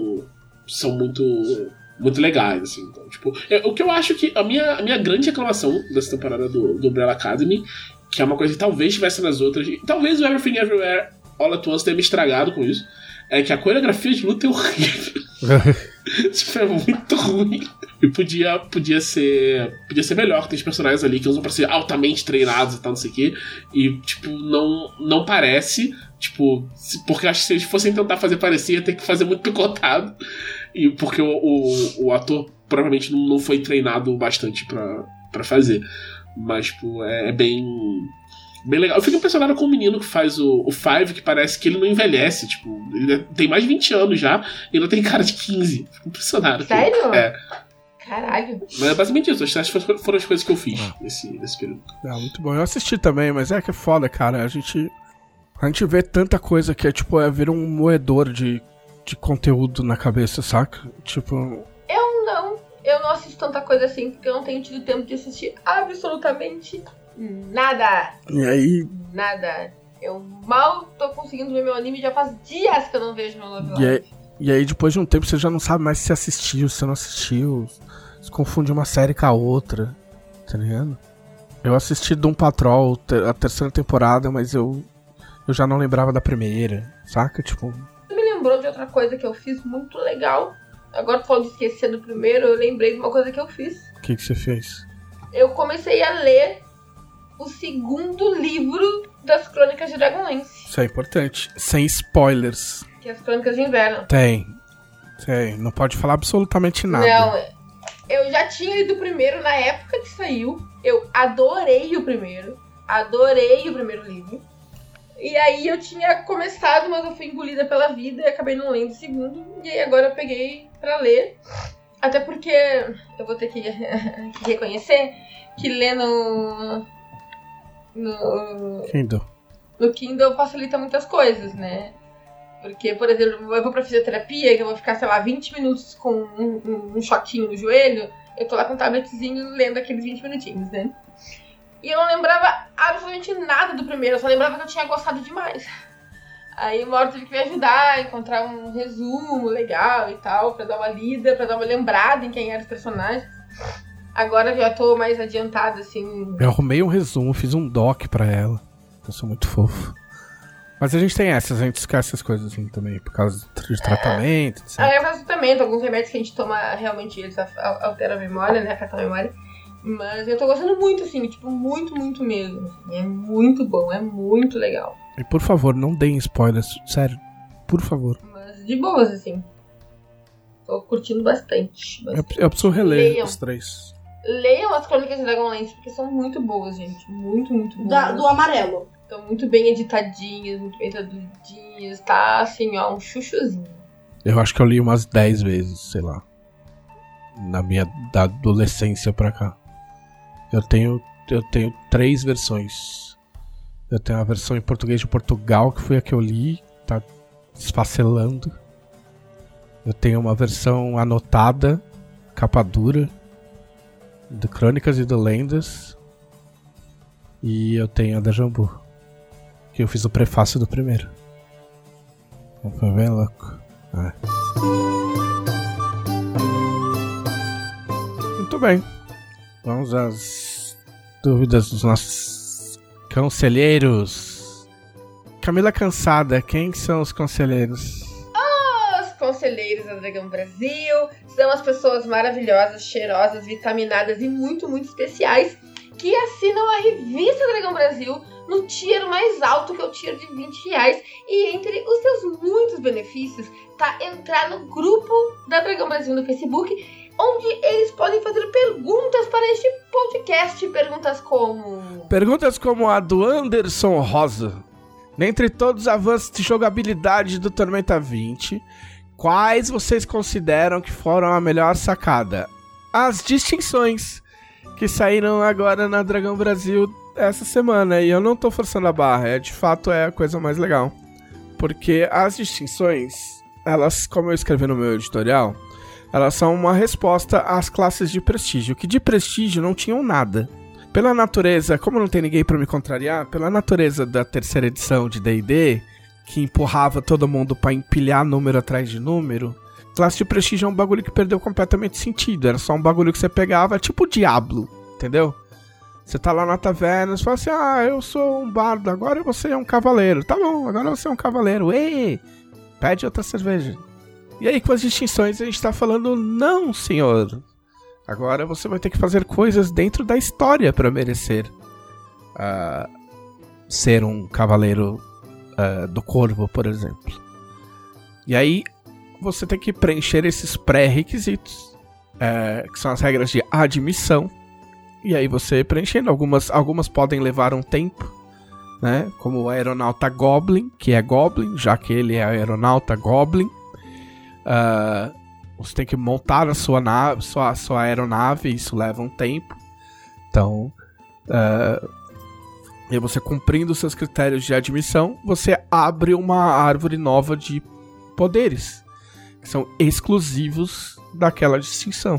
são muito, muito legais, assim. Então, tipo, o que eu acho que a minha grande reclamação dessa temporada do Umbrella Academy, que é uma coisa que talvez tivesse nas outras, e talvez o Everything Everywhere All at Once tenha me estragado com isso, é que a coreografia de luta é horrível. Isso é muito ruim. E podia ser melhor, que tem os personagens ali que usam pra ser altamente treinados e tal, não sei o quê. E, tipo, não parece. Tipo, porque acho que se eles fossem tentar fazer parecer, ia ter que fazer muito picotado. E porque o ator provavelmente não foi treinado bastante pra fazer. Mas, tipo, é bem legal. Eu fico impressionado com o menino que faz o Five, que parece que ele não envelhece. Tipo, ele tem mais de 20 anos já e ainda tem cara de 15. Fico impressionado. Sério? Caralho. Mas é basicamente isso. Acho que foram as coisas que eu fiz nesse período. Muito bom. Eu assisti também, mas que é foda, cara. A gente vê tanta coisa que vira um moedor de conteúdo na cabeça, saca? Tipo... Eu não assisto tanta coisa assim, porque eu não tenho tido tempo de assistir absolutamente nada. E aí? Nada. Eu mal tô conseguindo ver meu anime, já faz dias que eu não vejo meu Love Live. E aí, depois de um tempo, você já não sabe mais se assistiu, se não assistiu. Se confunde uma série com a outra, tá ligado? Eu assisti Doom Patrol, a terceira temporada, mas eu já não lembrava da primeira, saca? Tipo... Você me lembrou de outra coisa que eu fiz muito legal. Agora tu falou de esquecer do primeiro, eu lembrei de uma coisa que eu fiz. O que você fez? Eu comecei a ler o segundo livro das Crônicas de Dragonlance. Isso é importante. Sem spoilers. Que é as Crônicas de Inverno. Tem. Não pode falar absolutamente nada. Não, eu já tinha lido o primeiro na época que saiu. Eu adorei o primeiro. adorei o primeiro livro. E aí eu tinha começado, mas eu fui engolida pela vida e acabei não lendo o segundo. E aí agora eu peguei pra ler. Até porque eu vou ter que reconhecer que ler no Kindle. No Kindle facilita muitas coisas, né? Porque, por exemplo, eu vou pra fisioterapia, que eu vou ficar, sei lá, 20 minutos com um choquinho no joelho. Eu tô lá com um tabletzinho lendo aqueles 20 minutinhos, né? E eu não lembrava absolutamente nada do primeiro, eu só lembrava que eu tinha gostado demais. Aí o Mauro teve que me ajudar a encontrar um resumo legal e tal, pra dar uma lida, pra dar uma lembrada em quem eram os personagens. Agora já tô mais adiantada, assim. Eu arrumei um resumo, fiz um doc pra ela. Eu sou muito fofo. Mas a gente tem essas, a gente esquece as coisas assim também, por causa de tratamento, etc. Eu faço tratamento, alguns remédios que a gente toma realmente eles alteram a memória, né? Afetam a memória. Mas eu tô gostando muito, assim, tipo, muito, muito mesmo. Assim. É muito bom, é muito legal. E por favor, não deem spoilers, sério, por favor. Mas de boas, assim. Tô curtindo bastante. Eu preciso reler Leiam. os 3. Leiam as Crônicas de Dragonlance, porque são muito boas, gente. Muito, muito boas. Do amarelo. Estão muito bem editadinhas, muito bem traduzidinhas. Tá, assim, ó, um chuchuzinho. Eu acho que eu li umas 10 vezes, sei lá. Da adolescência pra cá. Eu tenho 3 versões. Eu tenho a versão em português de Portugal, que foi a que eu li, tá esfacelando. Eu tenho uma versão anotada, capa dura, de Crônicas e de Lendas. E eu tenho a da Jambu, que eu fiz o prefácio do primeiro. Foi bem louco. Muito bem. Vamos às dúvidas dos nossos conselheiros. Camila Cansada, quem são os conselheiros? Os conselheiros da Dragão Brasil são as pessoas maravilhosas, cheirosas, vitaminadas e muito, muito especiais que assinam a revista Dragão Brasil no tier mais alto, que é o tier de R$20. E entre os seus muitos benefícios tá entrar no grupo da Dragão Brasil no Facebook, onde eles podem fazer perguntas para este podcast. Perguntas como a do Anderson Rosa. Dentre todos os avanços de jogabilidade do Tormenta 20, quais vocês consideram que foram a melhor sacada? As distinções que saíram agora na Dragão Brasil essa semana. E eu não tô forçando a barra, de fato é a coisa mais legal. Porque as distinções, elas, como eu escrevi no meu editorial, elas são uma resposta às classes de prestígio, que de prestígio não tinham nada. Pela natureza, como não tem ninguém pra me contrariar, pela natureza da terceira edição de D&D, que empurrava todo mundo pra empilhar número atrás de número, classe de prestígio é um bagulho que perdeu completamente sentido. Era só um bagulho que você pegava, tipo Diablo, entendeu? Você tá lá na taverna, você fala assim, eu sou um bardo, agora você é um cavaleiro. Tá bom, agora você é um cavaleiro. Ei, pede outra cerveja. E aí, com as distinções, a gente tá falando, não, senhor. Agora você vai ter que fazer coisas dentro da história pra merecer ser um cavaleiro do Corvo, por exemplo. E aí, você tem que preencher esses pré-requisitos, que são as regras de admissão. E aí você preenchendo, algumas podem levar um tempo, né? Como o aeronauta Goblin, que é Goblin, já que ele é aeronauta Goblin. Você tem que montar a sua nave, sua aeronave, isso leva um tempo. Então, e você cumprindo os seus critérios de admissão, você abre uma árvore nova de poderes, que são exclusivos daquela distinção.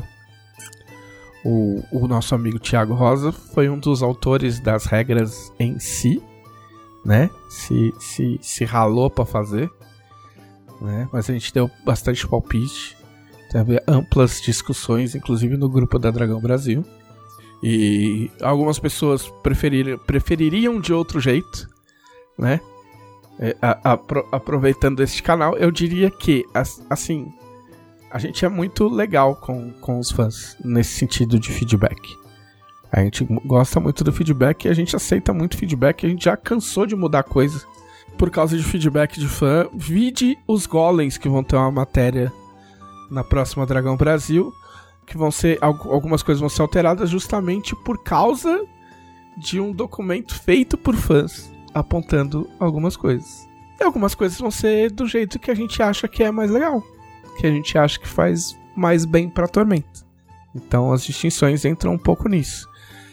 O nosso amigo Thiago Rosa foi um dos autores das regras em si, né? Se ralou pra fazer, né? Mas a gente deu bastante palpite, teve amplas discussões, inclusive no grupo da Dragão Brasil. E algumas pessoas prefeririam de outro jeito, né? Aproveitando este canal, eu diria que, assim, a gente é muito legal com os fãs nesse sentido de feedback. A gente gosta muito do feedback e a gente aceita muito feedback. A gente já cansou de mudar coisa por causa de feedback de fã. Vide os golems, que vão ter uma matéria na próxima Dragão Brasil, que vão ser, algumas coisas vão ser alteradas justamente por causa de um documento feito por fãs, apontando algumas coisas. E algumas coisas vão ser do jeito que a gente acha que é mais legal, que a gente acha que faz mais bem pra Tormenta. Então as distinções entram um pouco nisso.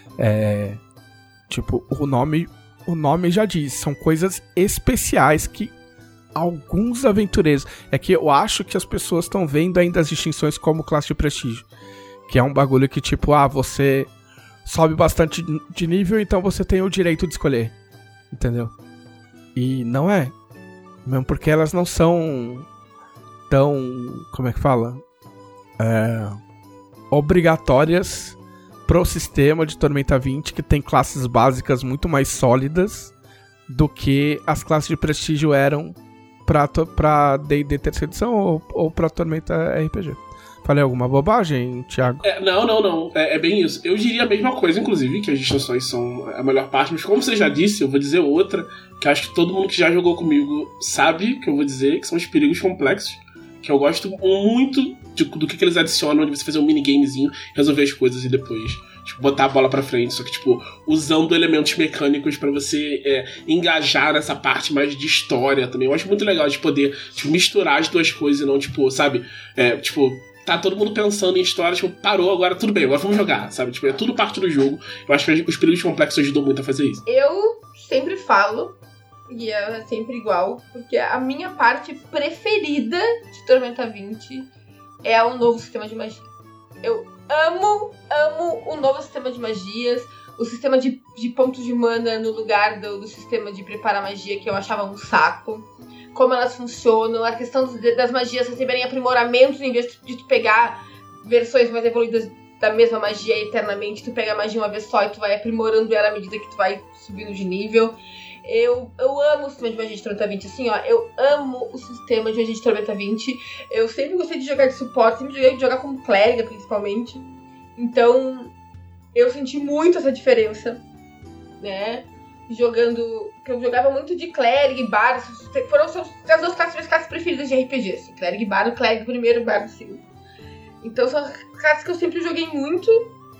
Tipo, o nome já diz, são coisas especiais que alguns aventureiros... É que eu acho que as pessoas estão vendo ainda as distinções como classe de prestígio. Que é um bagulho que, tipo, você sobe bastante de nível, então você tem o direito de escolher. Entendeu? E não é. Mesmo porque elas não são tão... Como é que fala? Obrigatórias pro sistema de Tormenta 20, que tem classes básicas muito mais sólidas do que as classes de prestígio eram pra D&D terceira edição ou pra Tormenta RPG. Falei alguma bobagem, Thiago? Não. É bem isso. Eu diria a mesma coisa, inclusive, que as distinções são a melhor parte, mas como você já disse, eu vou dizer outra, que acho que todo mundo que já jogou comigo sabe que eu vou dizer, que são os perigos complexos, que eu gosto muito do que eles adicionam, de você fazer um minigamezinho, resolver as coisas e depois, tipo, botar a bola pra frente, só que, tipo, usando elementos mecânicos pra você engajar nessa parte mais de história também. Eu acho muito legal de poder, tipo, misturar as duas coisas e não, tipo, sabe, tá todo mundo pensando em história, tipo, parou, agora tudo bem, agora vamos jogar, sabe? Tipo, é tudo parte do jogo. Eu acho que os perigos complexos ajudam muito a fazer isso. Eu sempre falo, e é sempre igual, porque a minha parte preferida de Tormenta 20 é o novo sistema de magia. Eu amo o novo sistema de magias, o sistema de pontos de mana no lugar do sistema de preparar magia, que eu achava um saco. Como elas funcionam, a questão das magias receberem aprimoramentos em vez de tu pegar versões mais evoluídas da mesma magia eternamente, tu pega a magia uma vez só e tu vai aprimorando ela à medida que tu vai subindo de nível. Eu amo o sistema de magia de Tormenta 20, assim, ó, eu amo o sistema de magia de Tormenta 20. Eu sempre gostei de jogar de suporte, sempre gostei de jogar como clériga, principalmente. Então, eu senti muito essa diferença, né? Jogando... Porque eu jogava muito de clérigo e bardo. Foram as duas minhas classes preferidas de RPG, assim. Clérigo e bardo, clérigo primeiro, bardo segundo. Então são classes que eu sempre joguei muito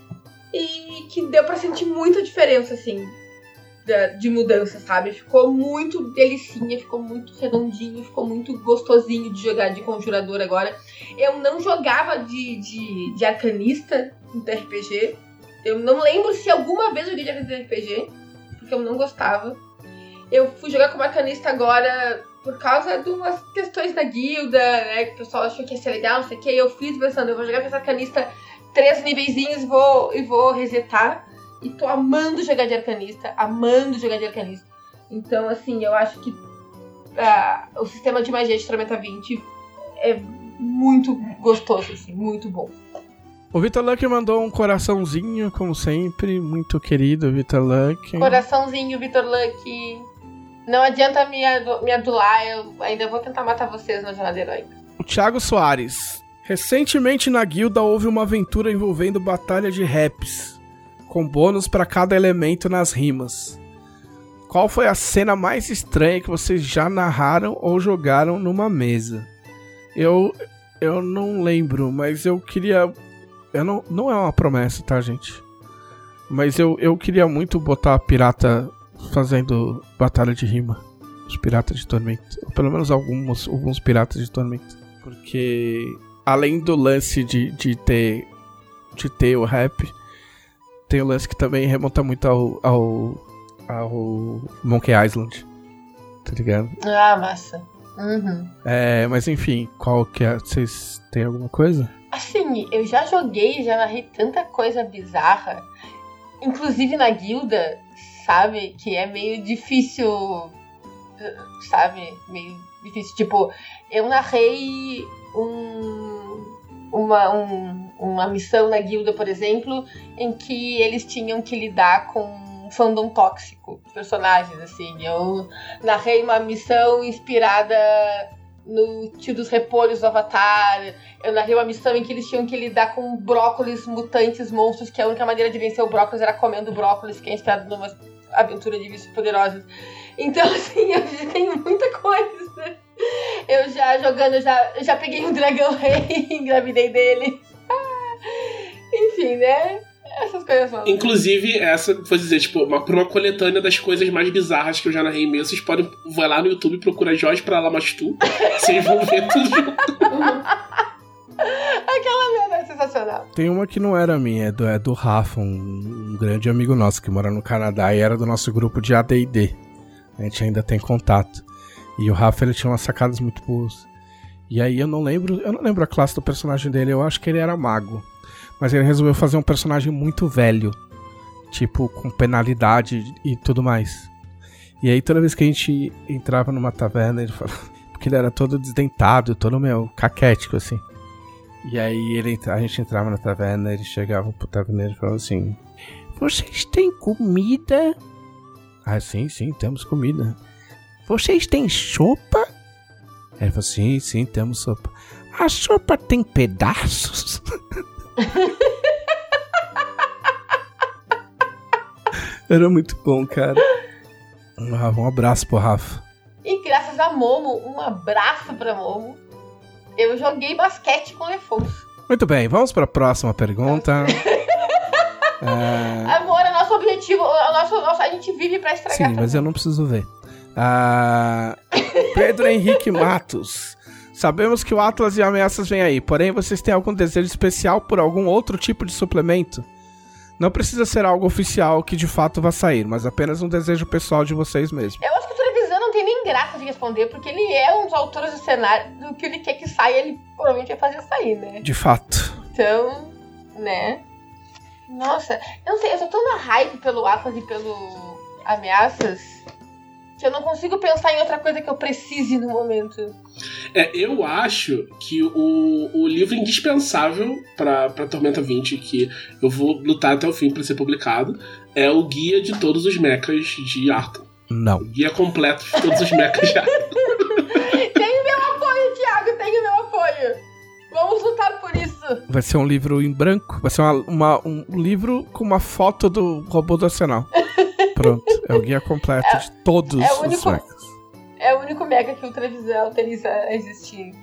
e que deu pra sentir muita diferença, assim, de mudança, sabe? Ficou muito delicinha, ficou muito redondinho, ficou muito gostosinho de jogar de conjurador agora. Eu não jogava de arcanista no RPG. Eu não lembro se alguma vez eu joguei de arcanista no RPG, porque eu não gostava. Eu fui jogar como arcanista agora por causa de umas questões da guilda, né? Que o pessoal achou que ia ser legal, não sei o que. Eu fiz pensando, eu vou jogar com essa arcanista 3 niveizinhos e vou resetar. E tô amando jogar de arcanista. Então, assim, eu acho que o sistema de magia de Tormenta 20 é muito gostoso, assim, muito bom. O Vitor Luck mandou um coraçãozinho, como sempre. Muito querido, Vitor Luck. Coraçãozinho, Vitor Luck. Não adianta me adular, eu ainda vou tentar matar vocês na jornada heróica. O Thiago Soares. Recentemente na guilda houve uma aventura envolvendo batalha de raps, com bônus pra cada elemento nas rimas. Qual foi a cena mais estranha que vocês já narraram ou jogaram numa mesa? Eu não lembro, mas eu queria... Não é uma promessa, tá, gente? Mas eu queria muito botar pirata fazendo batalha de rima. Os piratas de Tormenta. Ou pelo menos alguns piratas de Tormenta. Porque além do lance de ter o rap, tem o lance que também remonta muito ao Monkey Island. Tá ligado? Ah, massa. Uhum. Mas enfim, qual que é? Vocês têm alguma coisa? Assim, eu já narrei tanta coisa bizarra, inclusive na guilda, sabe? Que é meio difícil, sabe? Meio difícil. Tipo, eu narrei uma missão na guilda, por exemplo, em que eles tinham que lidar com fandom tóxico de personagens, assim. Eu narrei uma missão inspirada no tio dos repolhos do Avatar. Eu narrei uma missão em que eles tinham que lidar com brócolis mutantes, monstros, que a única maneira de vencer o brócolis era comendo brócolis, que é inspirado numa aventura de Vícios Poderosos. Então, assim, eu já tenho muita coisa. Eu já peguei um dragão rei e engravidei dele. Enfim, né? Essas coisas são. Inclusive, essa, vou dizer, tipo, por uma coletânea das coisas mais bizarras que eu já narrei mesmo, vocês podem, vai lá no YouTube e procura Jorge pra Lamastu, vocês vão ver tudo junto. Aquela merda é sensacional. Tem uma que não era minha, é do Rafa, um grande amigo nosso que mora no Canadá e era do nosso grupo de AD&D. A gente ainda tem contato. E o Rafa, ele tinha umas sacadas muito boas. E aí eu não lembro a classe do personagem dele, eu acho que ele era mago. Mas ele resolveu fazer um personagem muito velho, tipo, com penalidade e tudo mais. E aí toda vez que a gente entrava numa taverna, ele falava, porque ele era todo desdentado, todo meio caquético, assim. E aí a gente entrava na taverna, ele chegava pro taverneiro e falava assim: vocês têm comida? Ah, sim, temos comida. Vocês têm sopa? Ele falou: sim, temos sopa. A sopa tem pedaços? Era muito bom, cara. Um abraço pro Rafa. E graças a Momo, um abraço pra Momo, eu joguei basquete com o Lefonso. Muito bem, vamos para a próxima pergunta. Amor, é nosso objetivo, a gente vive pra estragar. Sim, mas eu não preciso ver. Pedro Henrique Matos. Sabemos que o Atlas e Ameaças vem aí, porém vocês têm algum desejo especial por algum outro tipo de suplemento? Não precisa ser algo oficial que de fato vá sair, mas apenas um desejo pessoal de vocês mesmos. Eu acho que o Trevisan não tem nem graça de responder, porque ele é um dos autores do cenário, do que ele quer que saia, ele provavelmente vai fazer sair, né? De fato. Então, né? Nossa, eu não sei, eu tô tão na hype pelo Atlas e pelo Ameaças que eu não consigo pensar em outra coisa que eu precise no momento. Eu acho que o livro indispensável pra Tormenta 20, que eu vou lutar até o fim pra ser publicado, é o Guia de Todos os Mechas de Arthur. Não. O guia completo de todos os mechas de Arthur. Tenho meu apoio, Thiago, tenho meu apoio. Vamos lutar por isso. Vai ser um livro em branco? Vai ser um livro com uma foto do robô do Arsenal. Pronto, é o guia completo de todos os mechas. É o único mecha que o Trevisan autoriza a existir.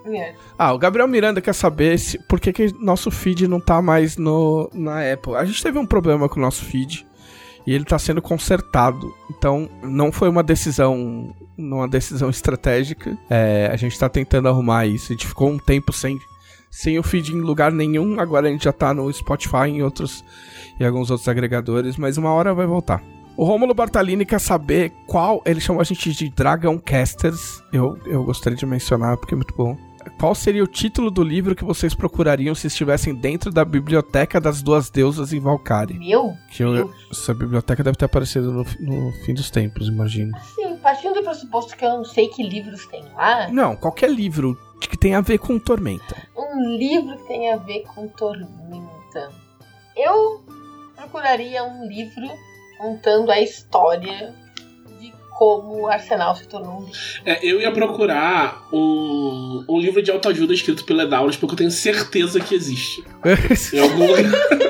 O Gabriel Miranda quer saber por que nosso feed não tá mais na Apple. A gente teve um problema com o nosso feed e ele tá sendo consertado. Então, não foi uma decisão estratégica. A gente tá tentando arrumar isso. A gente ficou um tempo sem o feed em lugar nenhum. Agora a gente já tá no Spotify e alguns outros agregadores, mas uma hora vai voltar. O Rômulo Bartalini quer saber qual... Ele chamou a gente de Dragon Casters. Eu gostaria de mencionar porque é muito bom. Qual seria o título do livro que vocês procurariam se estivessem dentro da biblioteca das duas deusas em Valkyrie? Essa biblioteca deve ter aparecido no fim dos tempos, imagino. Sim, partindo do pressuposto que eu não sei que livros tem lá... Não, qualquer livro que tenha a ver com Tormenta. Um livro que tenha a ver com Tormenta. Eu procuraria um livro contando a história de como o Arsenal se tornou um livro. Eu ia procurar um livro de autoajuda escrito pelo Edauros, porque eu tenho certeza que existe. Em algum lugar.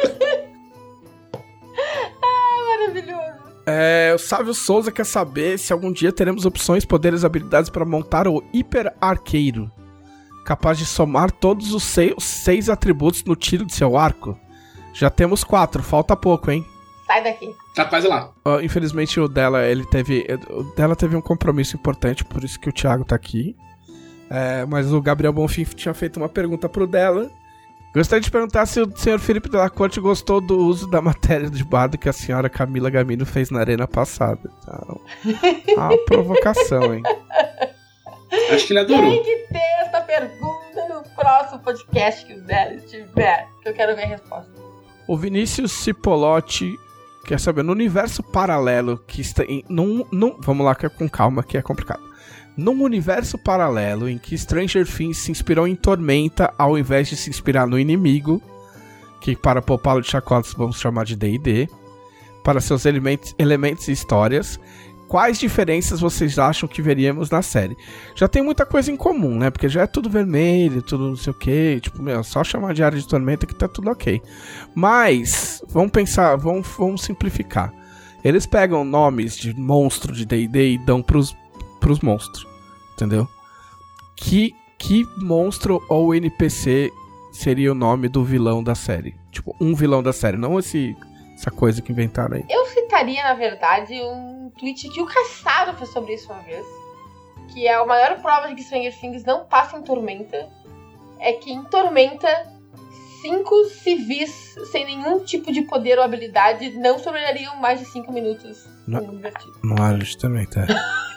Maravilhoso. O Sávio Souza quer saber se algum dia teremos opções, poderes e habilidades para montar o Hiper Arqueiro, capaz de somar todos os 6 atributos no tiro de seu arco. Já temos 4, falta pouco, hein? Sai daqui. Tá quase lá. Infelizmente o dela teve um compromisso importante, por isso que o Thiago tá aqui. Mas o Gabriel Bonfim tinha feito uma pergunta pro dela. Gostaria de perguntar se o senhor Felipe de la Corte gostou do uso da matéria de bardo que a senhora Camila Gamino fez na arena passada. Então, uma provocação, hein? Acho que ele adorou. Tem que ter essa pergunta no próximo podcast que o Zé tiver, que eu quero ver a resposta. O Vinícius Cipolotti quer saber, no universo paralelo que está em... vamos lá, que é com calma, que é complicado. Num universo paralelo em que Stranger Things se inspirou em Tormenta ao invés de se inspirar no inimigo, que para poupá-lo de chacotas vamos chamar de D&D, para seus elementos e histórias, quais diferenças vocês acham que veríamos na série? Já tem muita coisa em comum, né? Porque já é tudo vermelho, tudo não sei o que. Tipo, só chamar de área de Tormenta que tá tudo ok. Mas, vamos pensar, vamos simplificar. Eles pegam nomes de monstro de D&D e dão pros monstros. Entendeu? Que monstro ou NPC seria o nome do vilão da série? Tipo, um vilão da série, não essa coisa que inventaram aí. Eu citaria, na verdade, um tweet que o Caçaro fez sobre isso uma vez. Que é a maior prova de que Stranger Things não passa em Tormenta. É que em Tormenta, 5 civis sem nenhum tipo de poder ou habilidade não sobreviveriam mais de 5 minutos. Não era de Tormenta.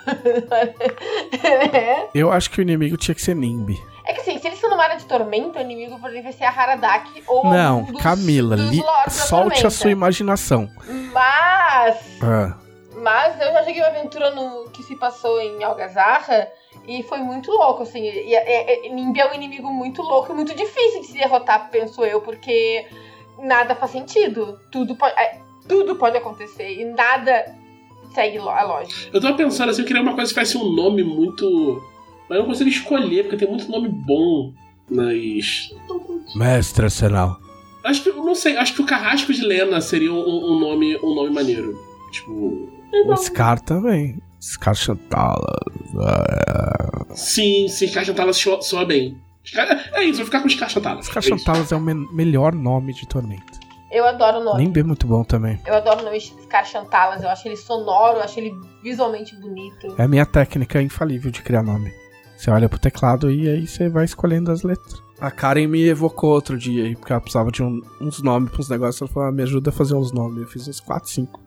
Eu acho que o inimigo tinha que ser Nimbi. É que assim, se eles estão numa área de Tormenta, o inimigo por exemplo vai ser a Haradaki ou não, algum dos, Camila, dos solte a sua imaginação. Mas eu já joguei uma aventura que se passou em Algazarra e foi muito louco, assim. Nimbi é um inimigo muito louco e muito difícil de se derrotar, penso eu, porque nada faz sentido. Tudo pode acontecer e nada segue a lógica. Eu tava pensando assim, eu queria uma coisa que tivesse um nome muito... Mas eu não consigo escolher, porque tem muito nome bom nas... Mestre Arsenal. Acho que, não sei, acho que o Carrasco de Lena seria um nome maneiro. Tipo... O Scar também. Scar Chantalas. Sim, Scar Chantalas soa bem. É isso, vou ficar com o Scar Chantalas. Scar Chantalas é o melhor nome de Tormenta. Eu adoro o nome. Nimbi é muito bom também. Eu adoro o nome Scar Chantalas. Eu acho ele sonoro, eu acho ele visualmente bonito. É a minha técnica infalível de criar nome. Você olha pro teclado e aí você vai escolhendo as letras. A Karen me evocou outro dia aí, porque ela precisava de uns nomes pra uns negócios. Ela falou, me ajuda a fazer uns nomes. Eu fiz uns 4, 5.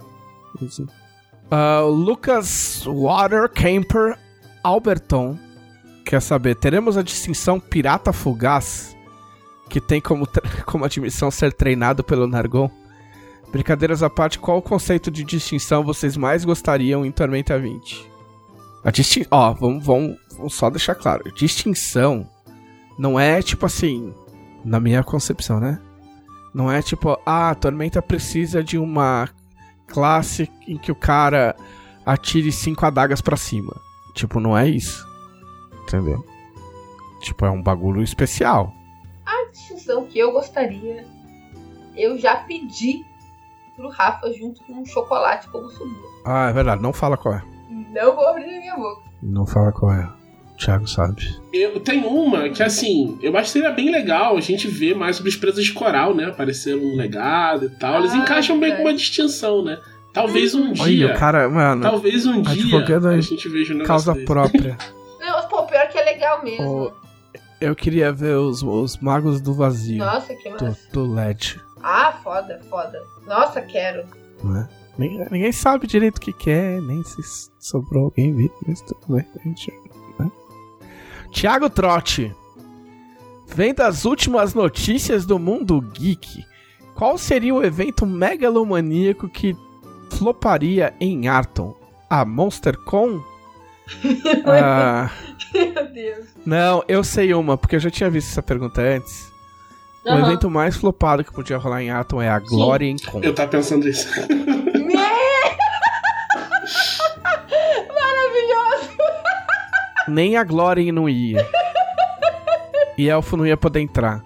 Lucas Watercamper Alberton quer saber, teremos a distinção Pirata Fugaz, que tem como admissão ser treinado pelo Nargon? Brincadeiras à parte, qual o conceito de distinção vocês mais gostariam em Tormenta 20? Vamos só deixar claro. Distinção não é tipo assim, na minha concepção, né? Não é tipo, a Tormenta precisa de uma classe em que o cara atire 5 adagas pra cima. Tipo, não é isso. Entendeu? Tipo, é um bagulho especial. A distinção que eu gostaria, eu já pedi pro Rafa junto com um chocolate como sobrinho. Ah, é verdade. Não fala qual é. Não vou abrir a minha boca. Não fala qual é. O Thiago sabe. Eu tenho uma que, assim, eu acho que seria bem legal a gente ver mais sobre as presas de coral, né? Apareceram no legado e tal. Eles encaixam bem com uma distinção, né? Talvez um dia. Olha, o cara, mano. Talvez um dia a gente veja um negócio causa desse. Própria. Não, pô, pior que é legal mesmo. Eu queria ver os Magos do Vazio. Nossa, que massa. Do LED. Ah, foda. Nossa, quero. Né? Ninguém sabe direito o que é, nem se sobrou alguém vivo, mas tudo bem. Né? Thiago Trotti. Vem das últimas notícias do mundo geek. Qual seria o evento megalomaníaco que floparia em Arton? A MonsterCon? Meu Deus. Não, eu sei uma, porque eu já tinha visto essa pergunta antes. O evento mais flopado que podia rolar em Arton é a GlorienCon. Eu tava pensando isso. Maravilhoso. Nem a Glorien não ia. E Elfo não ia poder entrar.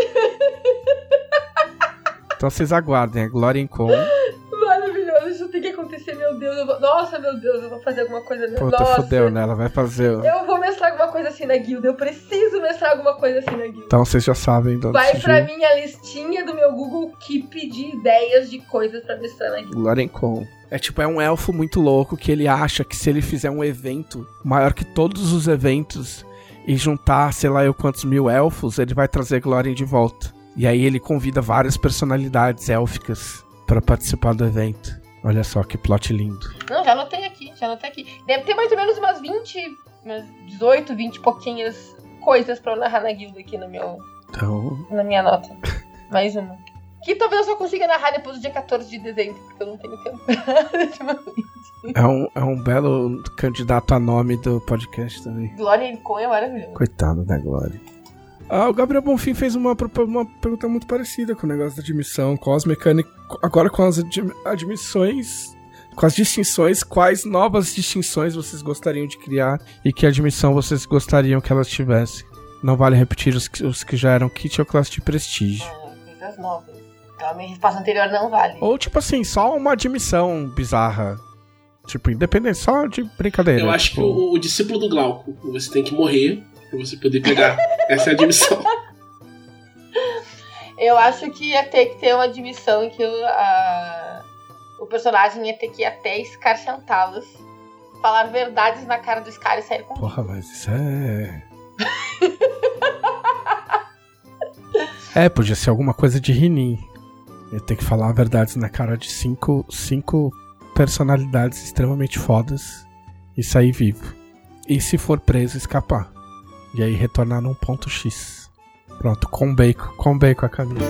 Então vocês aguardem, a GlorienCon. Maravilhoso, isso tem que acontecer, meu Deus. Nossa, meu Deus, eu vou fazer alguma coisa. Puta, fodeu, né? Ela vai fazer. Eu vou mestrar alguma coisa assim na guilda. Eu preciso mestrar alguma coisa assim na guilda. Então vocês já sabem. Vai pra minha listinha do meu Google Keep de ideias de coisas pra mestrar na guilda. GlorienCon. É um elfo muito louco que ele acha que se ele fizer um evento maior que todos os eventos e juntar, sei lá eu quantos mil elfos, ele vai trazer Glórien de volta. E aí ele convida várias personalidades élficas pra participar do evento. Olha só que plot lindo. Não, já anotei aqui. Deve ter mais ou menos umas 18, 20 e pouquinhas coisas pra eu narrar na guilda aqui no meu... Então... na minha nota. Mais uma. Que talvez eu só consiga narrar depois do dia 14 de dezembro, porque eu não tenho tempo nesse momento. É um belo candidato a nome do podcast também. GlorienCon é maravilhoso. Coitado da Glória. O Gabriel Bonfim fez uma pergunta muito parecida com o negócio da admissão cósmica. Agora com as admissões, com as distinções, quais novas distinções vocês gostariam de criar e que admissão vocês gostariam que elas tivessem? Não vale repetir os que já eram kit ou classe de prestígio. Coisas novas. Então a minha resposta anterior não vale. Ou tipo assim, só uma admissão bizarra. Tipo, independente, só de brincadeira. Eu acho que o discípulo do Glauco, você tem que morrer pra você poder pegar. Essa é a admissão. Eu acho que ia ter que ter uma admissão em que o personagem ia ter que ir até escarcentá-los, falar verdades na cara do Scar e sair com... Porra, mas isso podia ser alguma coisa de Rinin. Ia ter que falar verdades na cara de cinco personalidades extremamente fodas e sair vivo. E se for preso, escapar. E aí retornar num ponto X. Pronto, com bacon a Camila.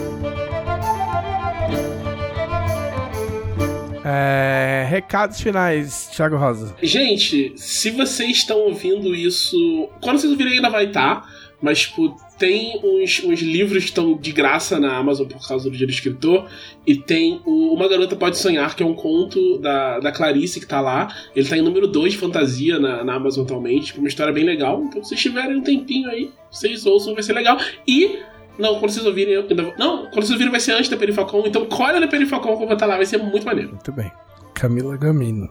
Recados finais, Thiago Rosa. Gente, se vocês estão ouvindo isso... Quando vocês ouvirem ainda vai estar, mas tipo, tem uns livros que estão de graça na Amazon por causa do Dia do Escritor, e tem Uma Garota Pode Sonhar, que é um conto da Clarice que tá lá. Ele tá em número 2 de fantasia na Amazon atualmente, tipo, uma história bem legal. Então se vocês tiverem um tempinho aí, vocês ouçam, vai ser legal. E... Não, quando vocês ouvirem... quando vocês ouvirem vai ser antes da Perifacom, então colhe na Perifacom que eu vou estar lá, vai ser muito maneiro. Muito bem. Camila Gamino.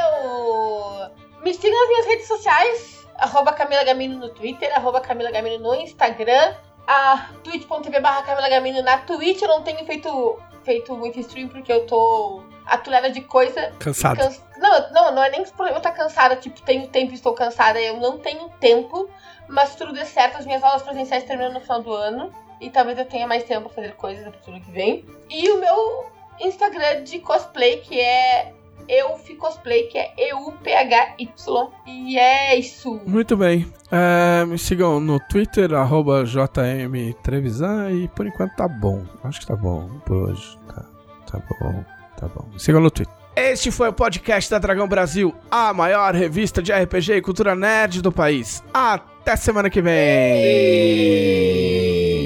Me sigam nas minhas redes sociais, @Camila Gamino no Twitter, @Camila Gamino no Instagram, twitch.tv/Camila Gamino na Twitch. Eu não tenho feito muito stream porque eu tô atulhada de coisa. Cansada. Não é nem por eu estar cansada, tipo, tenho tempo e estou cansada, eu não tenho tempo, mas se tudo der certo, as minhas aulas presenciais terminam no final do ano, e talvez eu tenha mais tempo pra fazer coisas no ano que vem. E o meu Instagram de cosplay, que é EuFiCosplay, que é EUPHY, e é isso. Muito bem. Me sigam no Twitter, @JMTrevisan, e por enquanto tá bom. Acho que tá bom por hoje. Tá bom. Me sigam no Twitter. Este foi o podcast da Dragão Brasil, a maior revista de RPG e cultura nerd do país. Até semana que vem!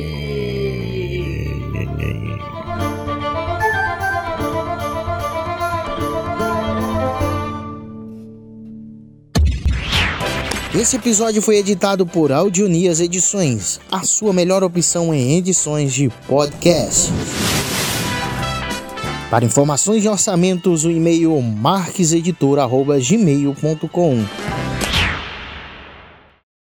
Esse episódio foi editado por Audionias Edições, a sua melhor opção em edições de podcast. Para informações e orçamentos, o e-mail marqueseditor@gmail.com.